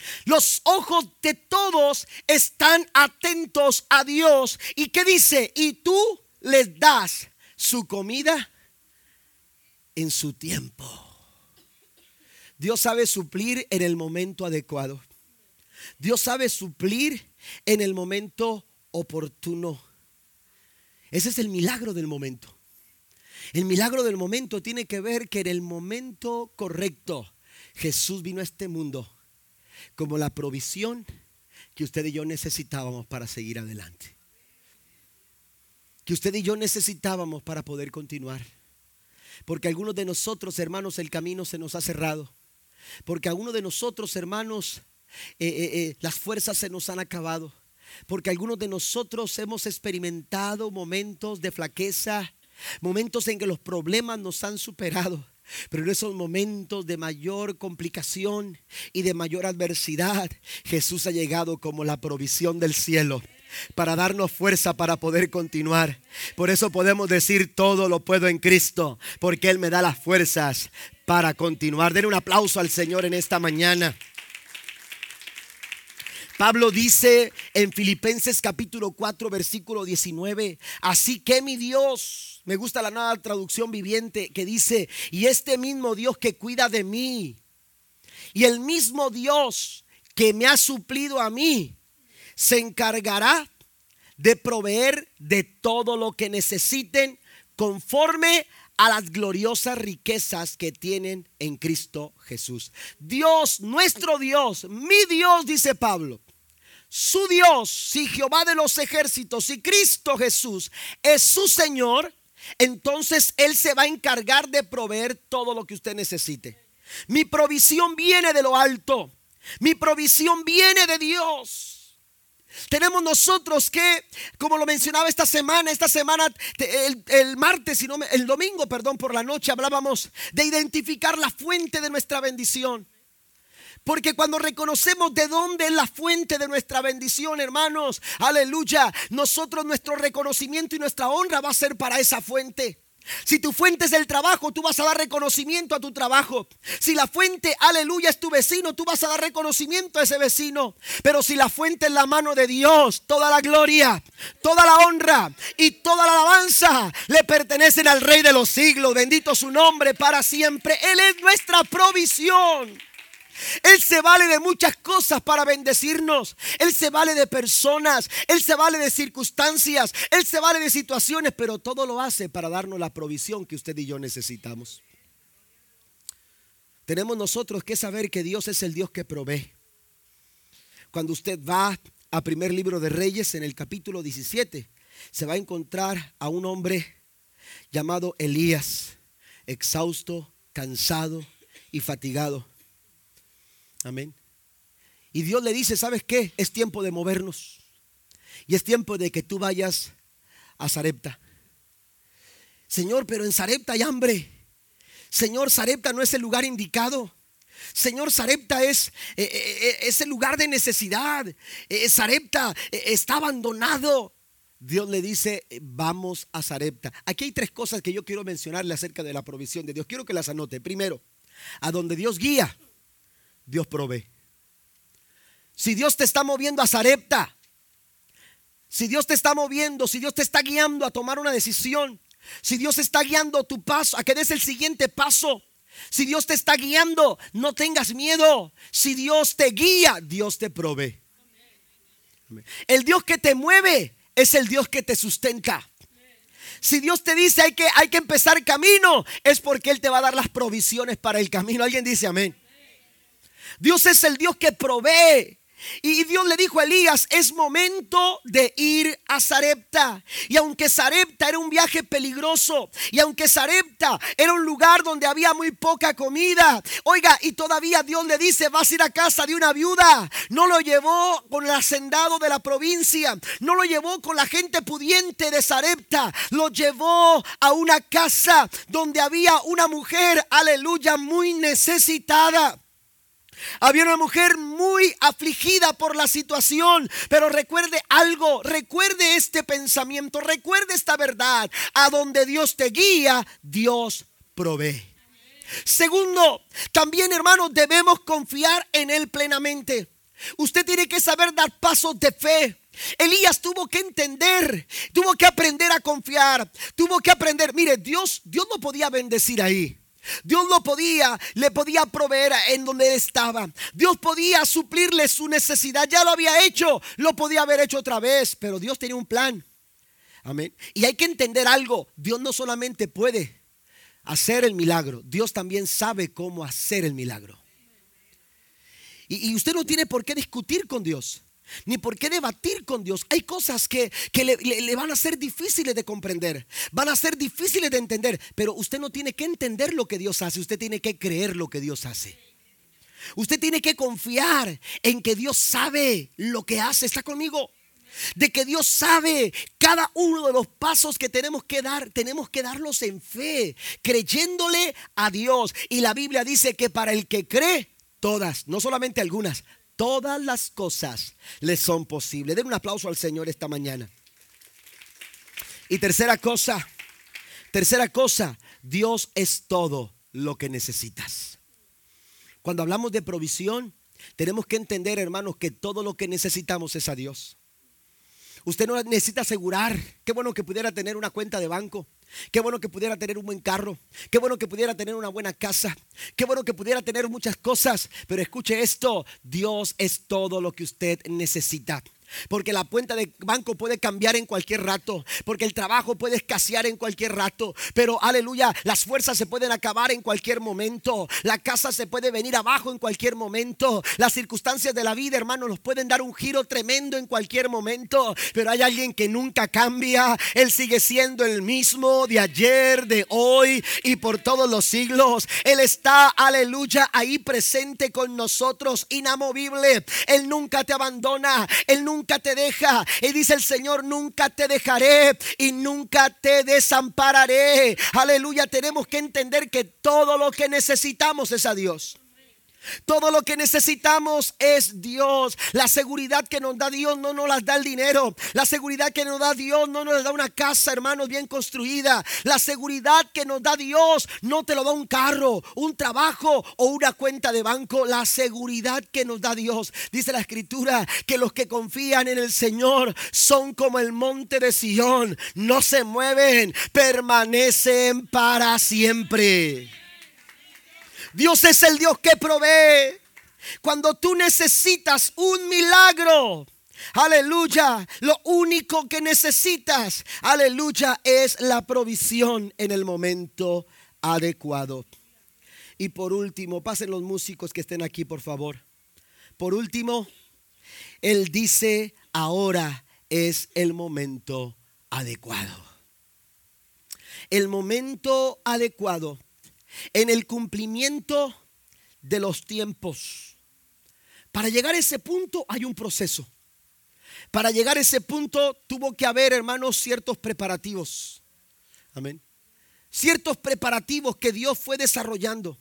Los ojos de todos están atentos a Dios. ¿Y qué dice? Y tú les das su comida en su tiempo. Dios sabe suplir en el momento adecuado. Dios sabe suplir en el momento oportuno. Ese es el milagro del momento. El milagro del momento tiene que ver que en el momento correcto Jesús vino a este mundo como la provisión que usted y yo necesitábamos para seguir adelante. Que usted y yo necesitábamos para poder continuar. Porque a algunos de nosotros, hermanos, el camino se nos ha cerrado. Porque a algunos de nosotros, hermanos, eh, eh, eh, las fuerzas se nos han acabado. Porque algunos de nosotros hemos experimentado momentos de flaqueza, momentos en que los problemas nos han superado. Pero en esos momentos de mayor complicación y de mayor adversidad, Jesús ha llegado como la provisión del cielo para darnos fuerza para poder continuar. Por eso podemos decir: todo lo puedo en Cristo, porque Él me da las fuerzas para continuar. Den un aplauso al Señor en esta mañana. Pablo dice en Filipenses capítulo cuatro versículo diecinueve: así que mi Dios, me gusta la nueva traducción viviente, que dice: y este mismo Dios que cuida de mí, y el mismo Dios que me ha suplido a mí, se encargará de proveer de todo lo que necesiten conforme a las gloriosas riquezas que tienen en Cristo Jesús. Dios, nuestro Dios, mi Dios, dice Pablo, su Dios, si Jehová de los ejércitos, si Cristo Jesús es su Señor, entonces Él se va a encargar de proveer todo lo que usted necesite. Mi provisión viene de lo alto. Mi provisión viene de Dios. Tenemos nosotros que, como lo mencionaba esta semana, esta semana, el, el martes, sino el domingo, perdón, por la noche hablábamos de identificar la fuente de nuestra bendición. Porque cuando reconocemos de dónde es la fuente de nuestra bendición, hermanos, aleluya, nosotros, nuestro reconocimiento y nuestra honra va a ser para esa fuente. Si tu fuente es el trabajo, tú vas a dar reconocimiento a tu trabajo. Si la fuente, aleluya, es tu vecino, tú vas a dar reconocimiento a ese vecino. Pero si la fuente es la mano de Dios, toda la gloria, toda la honra y toda la alabanza le pertenecen al Rey de los siglos. Bendito su nombre para siempre. Él es nuestra provisión. Él se vale de muchas cosas para bendecirnos. Él se vale de personas. Él se vale de circunstancias. Él se vale de situaciones. Pero todo lo hace para darnos la provisión que usted y yo necesitamos. Tenemos nosotros que saber que Dios es el Dios que provee. Cuando usted va a primer libro de Reyes, en el capítulo diecisiete, se va a encontrar a un hombre llamado Elías, exhausto, cansado y fatigado. Amén. Y Dios le dice: ¿sabes qué? Es tiempo de movernos. Y es tiempo de que tú vayas a Sarepta. Señor, pero en Sarepta hay hambre. Señor, Sarepta no es el lugar indicado. Señor, Sarepta es, eh, eh, es el lugar de necesidad. eh, Sarepta eh, está abandonado. Dios le dice: vamos a Sarepta. Aquí hay tres cosas que yo quiero mencionarle acerca de la provisión de Dios. Quiero que las anote. Primero, a donde Dios guía, Dios provee. Si Dios te está moviendo a Sarepta, si Dios te está moviendo, si Dios te está guiando a tomar una decisión, si Dios está guiando tu paso, a que des el siguiente paso, si Dios te está guiando, no tengas miedo. Si Dios te guía, Dios te provee. El Dios que te mueve es el Dios que te sustenta. Si Dios te dice hay que, hay que empezar camino, es porque Él te va a dar las provisiones para el camino. Alguien dice amén. Dios es el Dios que provee. Y Dios le dijo a Elías: es momento de ir a Sarepta. Y aunque Sarepta era un viaje peligroso, y aunque Sarepta era un lugar donde había muy poca comida, oiga, y todavía Dios le dice: vas a ir a casa de una viuda. No lo llevó con el hacendado de la provincia, no lo llevó con la gente pudiente de Sarepta, lo llevó a una casa donde había una mujer, aleluya, muy necesitada. Había una mujer muy afligida por la situación. Pero recuerde algo, recuerde este pensamiento, recuerde esta verdad: a donde Dios te guía, Dios provee. Segundo, también, hermanos, debemos confiar en Él plenamente. Usted tiene que saber dar pasos de fe. Elías tuvo que entender, tuvo que aprender a confiar, tuvo que aprender. Mire, Dios, Dios no podía bendecir ahí. Dios lo podía, le podía proveer en donde él estaba. Dios podía suplirle su necesidad. Ya lo había hecho, lo podía haber hecho otra vez, pero Dios tenía un plan. Amén. Y hay que entender algo. Dios no solamente puede hacer el milagro, Dios también sabe cómo hacer el milagro. Y, y usted no tiene por qué discutir con Dios, ni por qué debatir con Dios. Hay cosas que, que le, le, le van a ser difíciles de comprender, van a ser difíciles de entender. Pero usted no tiene que entender lo que Dios hace, usted tiene que creer lo que Dios hace. Usted tiene que confiar en que Dios sabe lo que hace. ¿Está conmigo? De que Dios sabe cada uno de los pasos que tenemos que dar. Tenemos que darlos en fe, creyéndole a Dios. Y la Biblia dice que para el que cree, todas, no solamente algunas, todas las cosas le son posibles. Den un aplauso al Señor esta mañana. Y tercera cosa, tercera cosa, Dios es todo lo que necesitas. Cuando hablamos de provisión, tenemos que entender, hermanos, que todo lo que necesitamos es a Dios. Usted no necesita asegurar. Qué bueno que pudiera tener una cuenta de banco. Qué bueno que pudiera tener un buen carro. Qué bueno que pudiera tener una buena casa. Qué bueno que pudiera tener muchas cosas. Pero escuche esto: Dios es todo lo que usted necesita. Porque la cuenta de banco puede cambiar en cualquier rato, porque el trabajo puede escasear en cualquier rato, pero aleluya, las fuerzas se pueden acabar en cualquier momento, la casa se puede venir abajo en cualquier momento, las circunstancias de la vida, hermano, nos pueden dar un giro tremendo en cualquier momento. Pero hay alguien que nunca cambia. Él sigue siendo el mismo de ayer, de hoy y por todos los siglos. Él está, aleluya, ahí presente con nosotros, inamovible. Él nunca te abandona, Él nunca Nunca te deja. Y dice el Señor: nunca te dejaré y nunca te desampararé. Aleluya. Tenemos que entender que todo lo que necesitamos es a Dios. Todo lo que necesitamos es Dios. La seguridad que nos da Dios no nos la da el dinero. La seguridad que nos da Dios no nos da una casa, hermanos, bien construida. La seguridad que nos da Dios no te lo da un carro, un trabajo o una cuenta de banco. La seguridad que nos da Dios, dice la Escritura, que los que confían en el Señor son como el monte de Sión. No se mueven, permanecen para siempre. Dios es el Dios que provee. Cuando tú necesitas un milagro, aleluya, lo único que necesitas, aleluya, es la provisión en el momento adecuado. Y por último, pasen los músicos que estén aquí, por favor. Por último, Él dice: ahora es el momento adecuado. El momento adecuado. En el cumplimiento de los tiempos. Para llegar a ese punto hay un proceso. Para llegar a ese punto tuvo que haber, hermanos, ciertos preparativos. Amén. Ciertos preparativos que Dios fue desarrollando,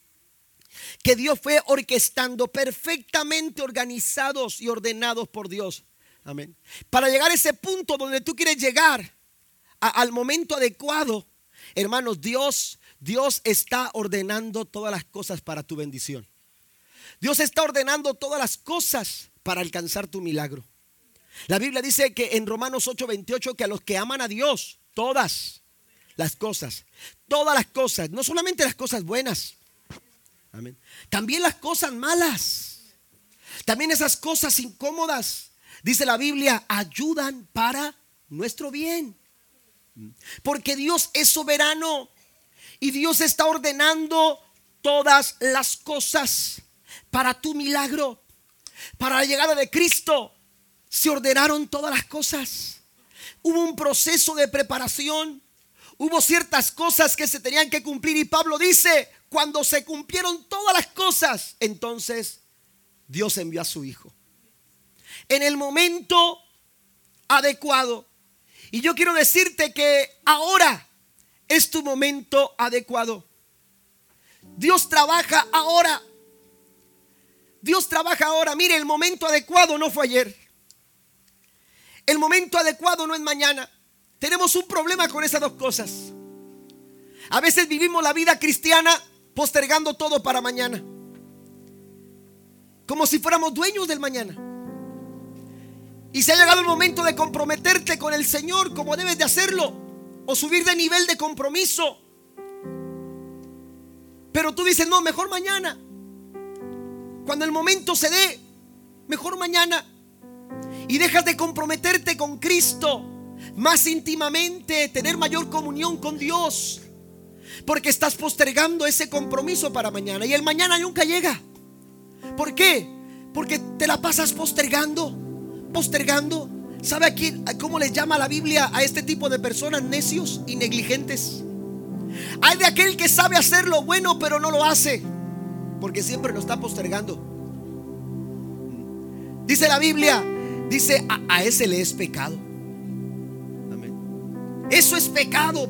que Dios fue orquestando, perfectamente organizados y ordenados por Dios. Amén. Para llegar a ese punto donde tú quieres llegar, a, al momento adecuado, hermanos, Dios Dios está ordenando todas las cosas para tu bendición. Dios está ordenando todas las cosas para alcanzar tu milagro. La Biblia dice que en Romanos ocho veintiocho que a los que aman a Dios, todas las cosas, todas las cosas, no solamente las cosas buenas, amén, también las cosas malas, también esas cosas incómodas, dice la Biblia, ayudan para nuestro bien. Porque Dios es soberano. Y Dios está ordenando todas las cosas para tu milagro. Para la llegada de Cristo se ordenaron todas las cosas. Hubo un proceso de preparación. Hubo ciertas cosas que se tenían que cumplir. Y Pablo dice: cuando se cumplieron todas las cosas, entonces Dios envió a su Hijo en el momento adecuado. Y yo quiero decirte que ahora es tu momento adecuado. Dios trabaja ahora. Dios trabaja ahora. Mire, el momento adecuado no fue ayer. El momento adecuado no es mañana. Tenemos un problema con esas dos cosas. A veces vivimos la vida cristiana postergando todo para mañana. como si fuéramos dueños del mañana. Y se ha llegado el momento de comprometerte con el Señor como debes de hacerlo, o subir de nivel de compromiso. Pero tú dices, no, mejor mañana. Cuando el momento se dé, mejor mañana. Y dejas de comprometerte con Cristo más íntimamente, tener mayor comunión con Dios, porque estás postergando ese compromiso para mañana. Y el mañana nunca llega. ¿Por qué? Porque te la pasas postergando, postergando. ¿Sabe a quién, cómo les llama la Biblia a este tipo de personas? Necios y negligentes. Hay de aquel que sabe hacer lo bueno pero no lo hace, porque siempre lo está postergando. Dice la Biblia, dice, a, a ese le es pecado. Amén. Eso es pecado.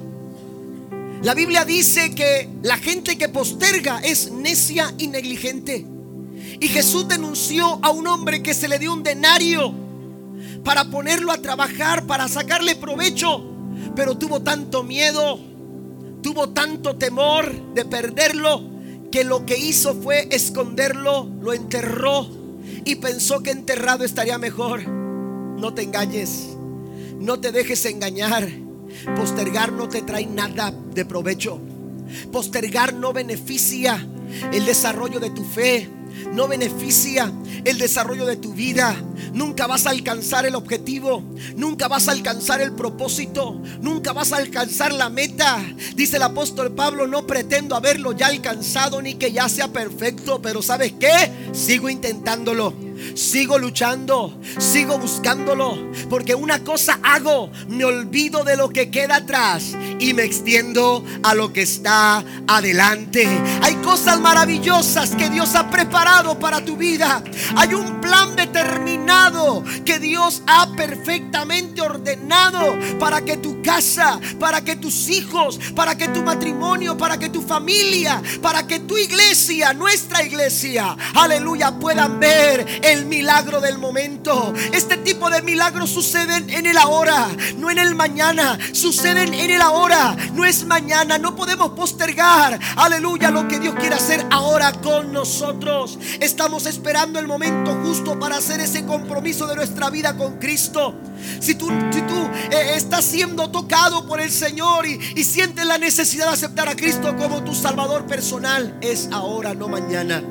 La Biblia dice que la gente que posterga es necia y negligente. Y Jesús denunció a un hombre que se le dio un denario para ponerlo a trabajar, para sacarle provecho, pero tuvo tanto miedo, tuvo tanto temor de perderlo, que lo que hizo fue esconderlo, lo enterró y pensó que enterrado estaría mejor. No te engañes, no te dejes engañar. Postergar no te trae nada de provecho. Postergar no beneficia el desarrollo de tu fe, no beneficia el desarrollo de tu vida. Nunca vas a alcanzar el objetivo, nunca vas a alcanzar el propósito, nunca vas a alcanzar la meta. Dice el apóstol Pablo, no pretendo haberlo ya alcanzado ni que ya sea perfecto, pero ¿sabes qué? Sigo intentándolo, sigo luchando, sigo buscándolo, porque una cosa hago, me olvido de lo que queda atrás y me extiendo a lo que está adelante. Hay cosas maravillosas que Dios ha preparado para tu vida. Hay un plan determinado que Dios ha perfectamente ordenado para que tu casa, para que tus hijos, para que tu matrimonio, para que tu familia, para que tu iglesia, nuestra iglesia, aleluya, puedan ver el milagro del momento. Este tipo de milagros suceden en el ahora, no en el mañana. Suceden en el ahora, no es mañana. No podemos postergar, aleluya, lo que Dios quiere hacer ahora con nosotros. Estamos esperando el momento justo para hacer ese compromiso de nuestra vida con Cristo. Si tú, si tú eh, estás siendo tocado por el Señor y, y sientes la necesidad de aceptar a Cristo como tu Salvador personal, es ahora, no mañana.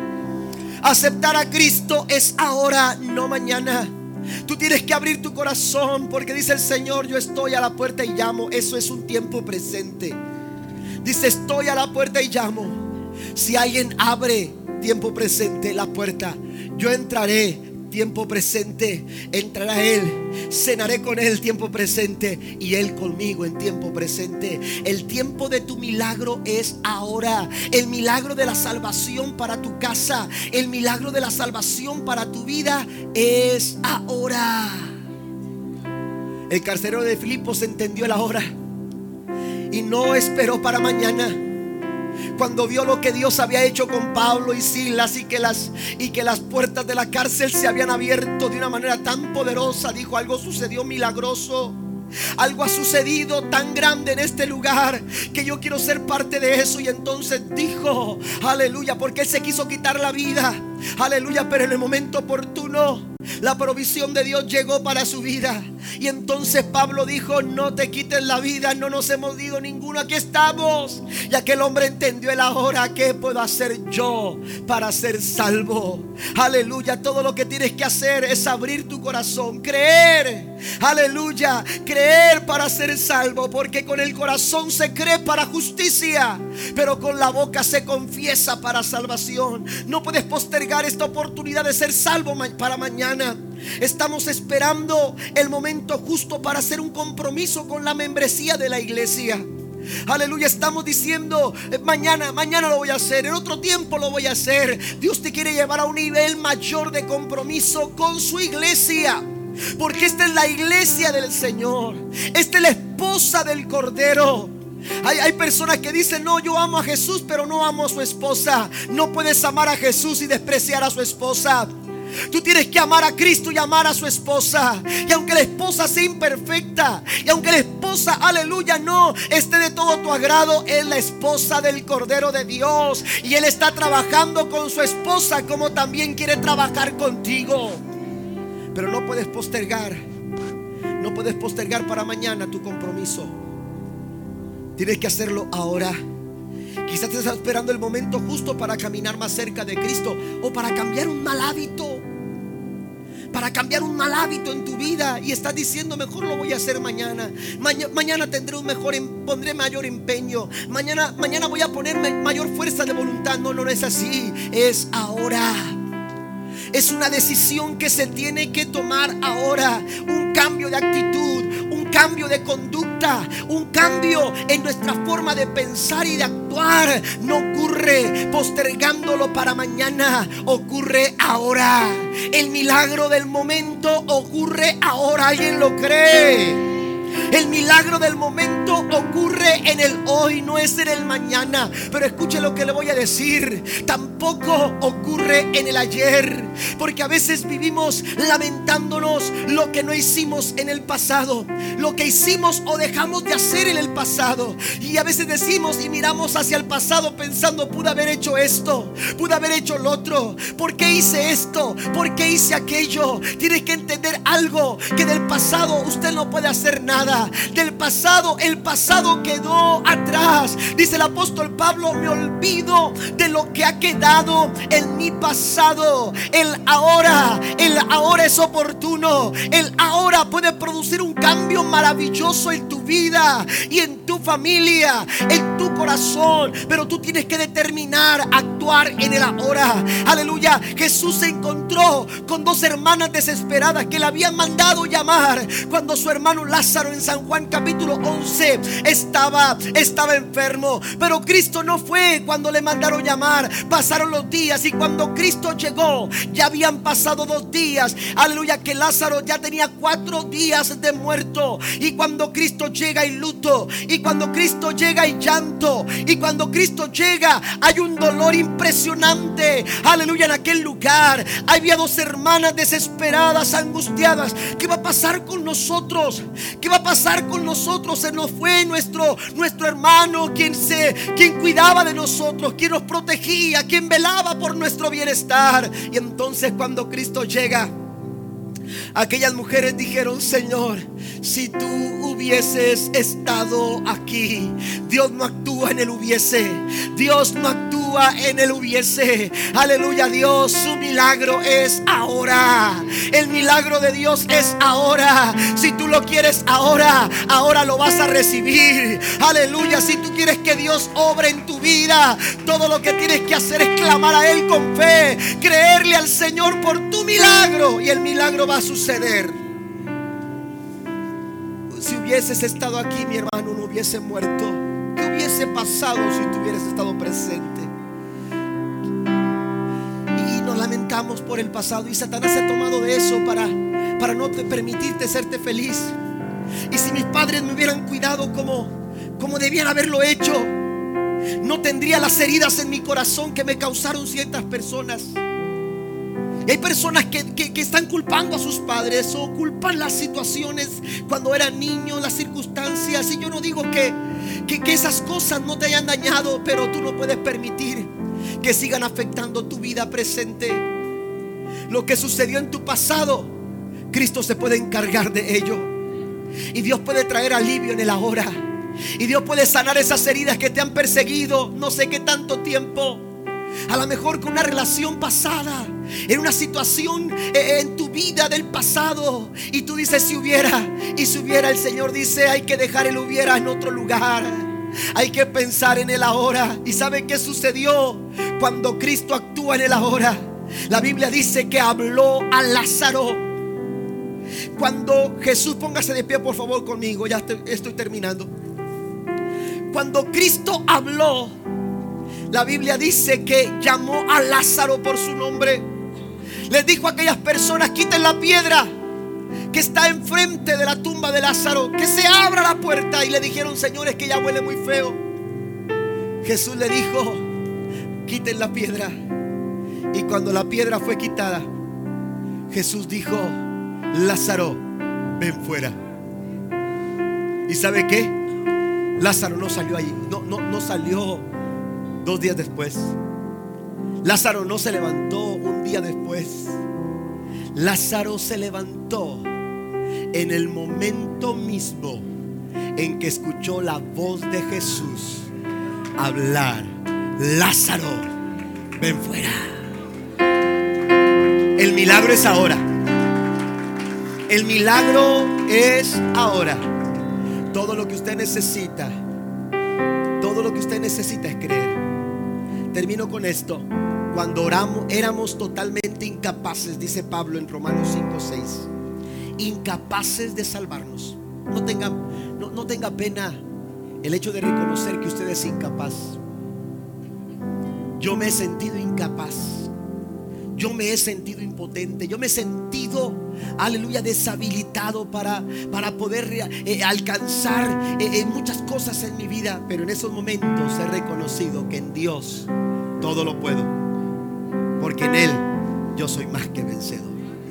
Aceptar a Cristo es ahora, no mañana. Tú tienes que abrir tu corazón, porque dice el Señor, yo estoy a la puerta y llamo. Eso es un tiempo presente. Dice, estoy a la puerta y llamo. Si alguien abre, tiempo presente, la puerta, yo entraré, tiempo presente. Entrará a Él, cenaré con Él, tiempo presente, y Él conmigo en tiempo presente. El tiempo de tu milagro es ahora. El milagro de la salvación para tu casa, el milagro de la salvación para tu vida es ahora. El carcelero de Filipos entendió la hora y no esperó para mañana. Cuando vio lo que Dios había hecho con Pablo y Silas, y que las, y que las puertas de la cárcel se habían abierto de una manera tan poderosa, dijo, algo sucedió milagroso. Algo ha sucedido tan grande en este lugar que yo quiero ser parte de eso. Y entonces dijo, aleluya, porque él se quiso quitar la vida, aleluya, pero en el momento oportuno la provisión de Dios llegó para su vida. Y entonces Pablo dijo, no te quites la vida, no nos hemos ido ninguno, aquí estamos. Y aquel hombre entendió el ahora. ¿Qué puedo hacer yo para ser salvo? Aleluya, todo lo que tienes que hacer es abrir tu corazón, creer, aleluya, creer para ser salvo, porque con el corazón se cree para justicia, pero con la boca se confiesa para salvación. No puedes postergar esta oportunidad de ser salvo para mañana. Estamos esperando el momento justo para hacer un compromiso con la membresía de la iglesia. Aleluya, estamos diciendo, mañana, mañana lo voy a hacer, en otro tiempo lo voy a hacer. Dios te quiere llevar a un nivel mayor de compromiso con su iglesia, porque esta es la iglesia del Señor. Esta es la esposa del Cordero. Hay, hay personas que dicen, no, yo amo a Jesús, pero no amo a su esposa. No puedes amar a Jesús y despreciar a su esposa. Tú tienes que amar a Cristo y amar a su esposa. Y aunque la esposa sea imperfecta, y aunque la esposa, aleluya, no esté de todo tu agrado, es la esposa del Cordero de Dios. Y Él está trabajando con su esposa como también quiere trabajar contigo. Pero no puedes postergar. No puedes postergar para mañana tu compromiso. Tienes que hacerlo ahora. Quizás te estás esperando el momento justo para caminar más cerca de Cristo, o para cambiar un mal hábito. Para cambiar un mal hábito en tu vida, y estás diciendo: mejor lo voy a hacer mañana. Maña, mañana tendré un mejor, pondré mayor empeño. Mañana, mañana voy a ponerme mayor fuerza de voluntad. No, no, no es así. Es ahora. Es una decisión que se tiene que tomar ahora. Un cambio de actitud, un cambio de conducta, un cambio en nuestra forma de pensar y de actuar. No ocurre postergándolo para mañana, ocurre ahora. El milagro del momento ocurre ahora. ¿Alguien lo cree? El milagro del momento ocurre en el hoy, no es en el mañana. Pero escuche lo que le voy a decir: tampoco ocurre en el ayer. Porque a veces vivimos lamentándonos lo que no hicimos en el pasado, lo que hicimos o dejamos de hacer en el pasado. Y a veces decimos y miramos hacia el pasado pensando: pude haber hecho esto, pude haber hecho lo otro. ¿Por qué hice esto? ¿Por qué hice aquello? Tienes que entender algo: que del pasado usted no puede hacer nada. Del pasado, el pasado quedó atrás. Dice el apóstol Pablo: me olvido de lo que ha quedado en mi pasado. El ahora, el ahora es oportuno. El ahora puede producir un cambio maravilloso en tu vida y en tu familia, en tu corazón. Pero tú tienes que determinar actuar en el ahora. Aleluya. Jesús se encontró con dos hermanas desesperadas que le habían mandado llamar cuando su hermano Lázaro, en San Juan capítulo once, estaba, estaba enfermo. Pero Cristo no fue cuando le mandaron llamar. Pasaron los días, y cuando Cristo llegó ya habían pasado dos días. Aleluya, que Lázaro ya tenía cuatro días de muerto. Y cuando Cristo llega hay luto, y cuando Cristo llega hay llanto, y cuando Cristo llega hay un dolor impresionante. Aleluya, en aquel lugar había dos hermanas desesperadas, angustiadas. ¿Qué va a pasar con nosotros? ¿Qué va a pasar con nosotros? Se nos fue nuestro, nuestro hermano, quien, se, quien cuidaba de nosotros, quien nos protegía, quien velaba por nuestro bienestar. Y entonces cuando Cristo llega, aquellas mujeres dijeron: Señor, si tú hubieses estado aquí. Dios no actúa en el hubiese. Dios no actúa en el hubiese. Aleluya, Dios, su milagro es ahora. El milagro de Dios es ahora. Si tú lo quieres ahora, ahora lo vas a recibir. Aleluya. Si tú quieres que Dios obre en tu vida, todo lo que tienes que hacer es clamar a Él con fe, creerle al Señor por tu milagro, y el milagro va a suceder. Si hubieses estado aquí, mi hermano, no hubiese muerto. ¿Qué hubiese pasado si tú hubieras estado presente? Y nos lamentamos por el pasado, y Satanás se ha tomado de eso para, para no te permitirte serte feliz. Y si mis padres me hubieran cuidado como, como debían haberlo hecho, no tendría las heridas en mi corazón que me causaron ciertas personas. Y hay personas que, que, que están culpando a sus padres, o culpan las situaciones cuando eran niños, las circunstancias. Y yo no digo que, que, que esas cosas no te hayan dañado, pero tú no puedes permitir que sigan afectando tu vida presente. Lo que sucedió en tu pasado, Cristo se puede encargar de ello. Y Dios puede traer alivio en el ahora. Y Dios puede sanar esas heridas que te han perseguido no sé qué tanto tiempo. A lo mejor con una relación pasada, en una situación eh, en tu vida del pasado, y tú dices: si hubiera, y si hubiera. El Señor dice: hay que dejar el hubiera en otro lugar. Hay que pensar en el ahora. ¿Y sabe qué sucedió cuando Cristo actúa en el ahora? La Biblia dice que habló a Lázaro. Cuando Jesús, póngase de pie por favor conmigo, ya estoy, estoy terminando. Cuando Cristo habló, la Biblia dice que llamó a Lázaro por su nombre. Les dijo a aquellas personas: quiten la piedra que está enfrente de la tumba de Lázaro, que se abra la puerta. Y le dijeron: señores, que ya huele muy feo. Jesús le dijo: quiten la piedra. Y cuando la piedra fue quitada, Jesús dijo: Lázaro, ven fuera. ¿Y sabe qué? Lázaro no salió allí, no, no, no salió dos días después. Lázaro no se levantó un día después. Lázaro se levantó en el momento mismo en que escuchó la voz de Jesús hablar: Lázaro, ven fuera. El milagro es ahora. El milagro es ahora. Todo lo que usted necesita, todo lo que usted necesita es creer. Termino con esto. Cuando oramos, éramos totalmente incapaces, dice Pablo en Romanos cinco seis, incapaces de salvarnos. No tenga, no, no tenga pena el hecho de reconocer que usted es incapaz. Yo me he sentido incapaz. Yo me he sentido impotente. Yo me he sentido, aleluya, deshabilitado para, para poder eh, alcanzar eh, muchas cosas en mi vida. Pero en esos momentos he reconocido que en Dios todo lo puedo, porque en Él yo soy más que vencedor.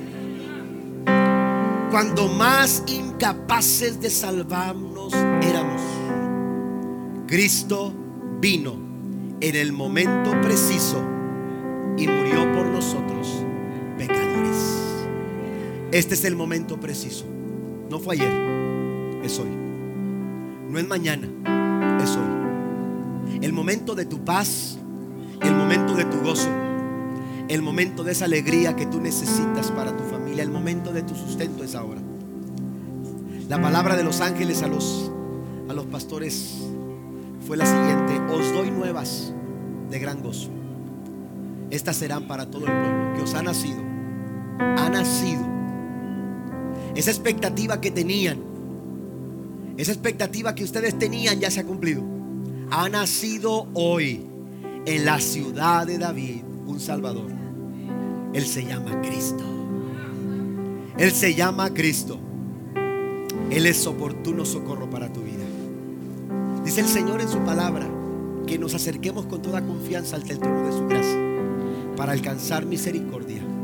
Cuando más incapaces de salvarnos éramos, Cristo vino en el momento preciso y murió por nosotros, pecadores. Este es el momento preciso. No fue ayer, es hoy. No es mañana, es hoy. El momento de tu paz, el momento de tu gozo, el momento de esa alegría que tú necesitas para tu familia, el momento de tu sustento es ahora. La palabra de los ángeles a los, a los pastores fue la siguiente: os doy nuevas de gran gozo. Estas serán para todo el pueblo, que os ha nacido, ha nacido. Esa expectativa que tenían, esa expectativa que ustedes tenían ya se ha cumplido. Ha nacido hoy en la ciudad de David un Salvador. Él se llama Cristo. Él se llama Cristo. Él es oportuno socorro para tu vida. Dice el Señor en su palabra que nos acerquemos con toda confianza ante el trono de su gracia para alcanzar misericordia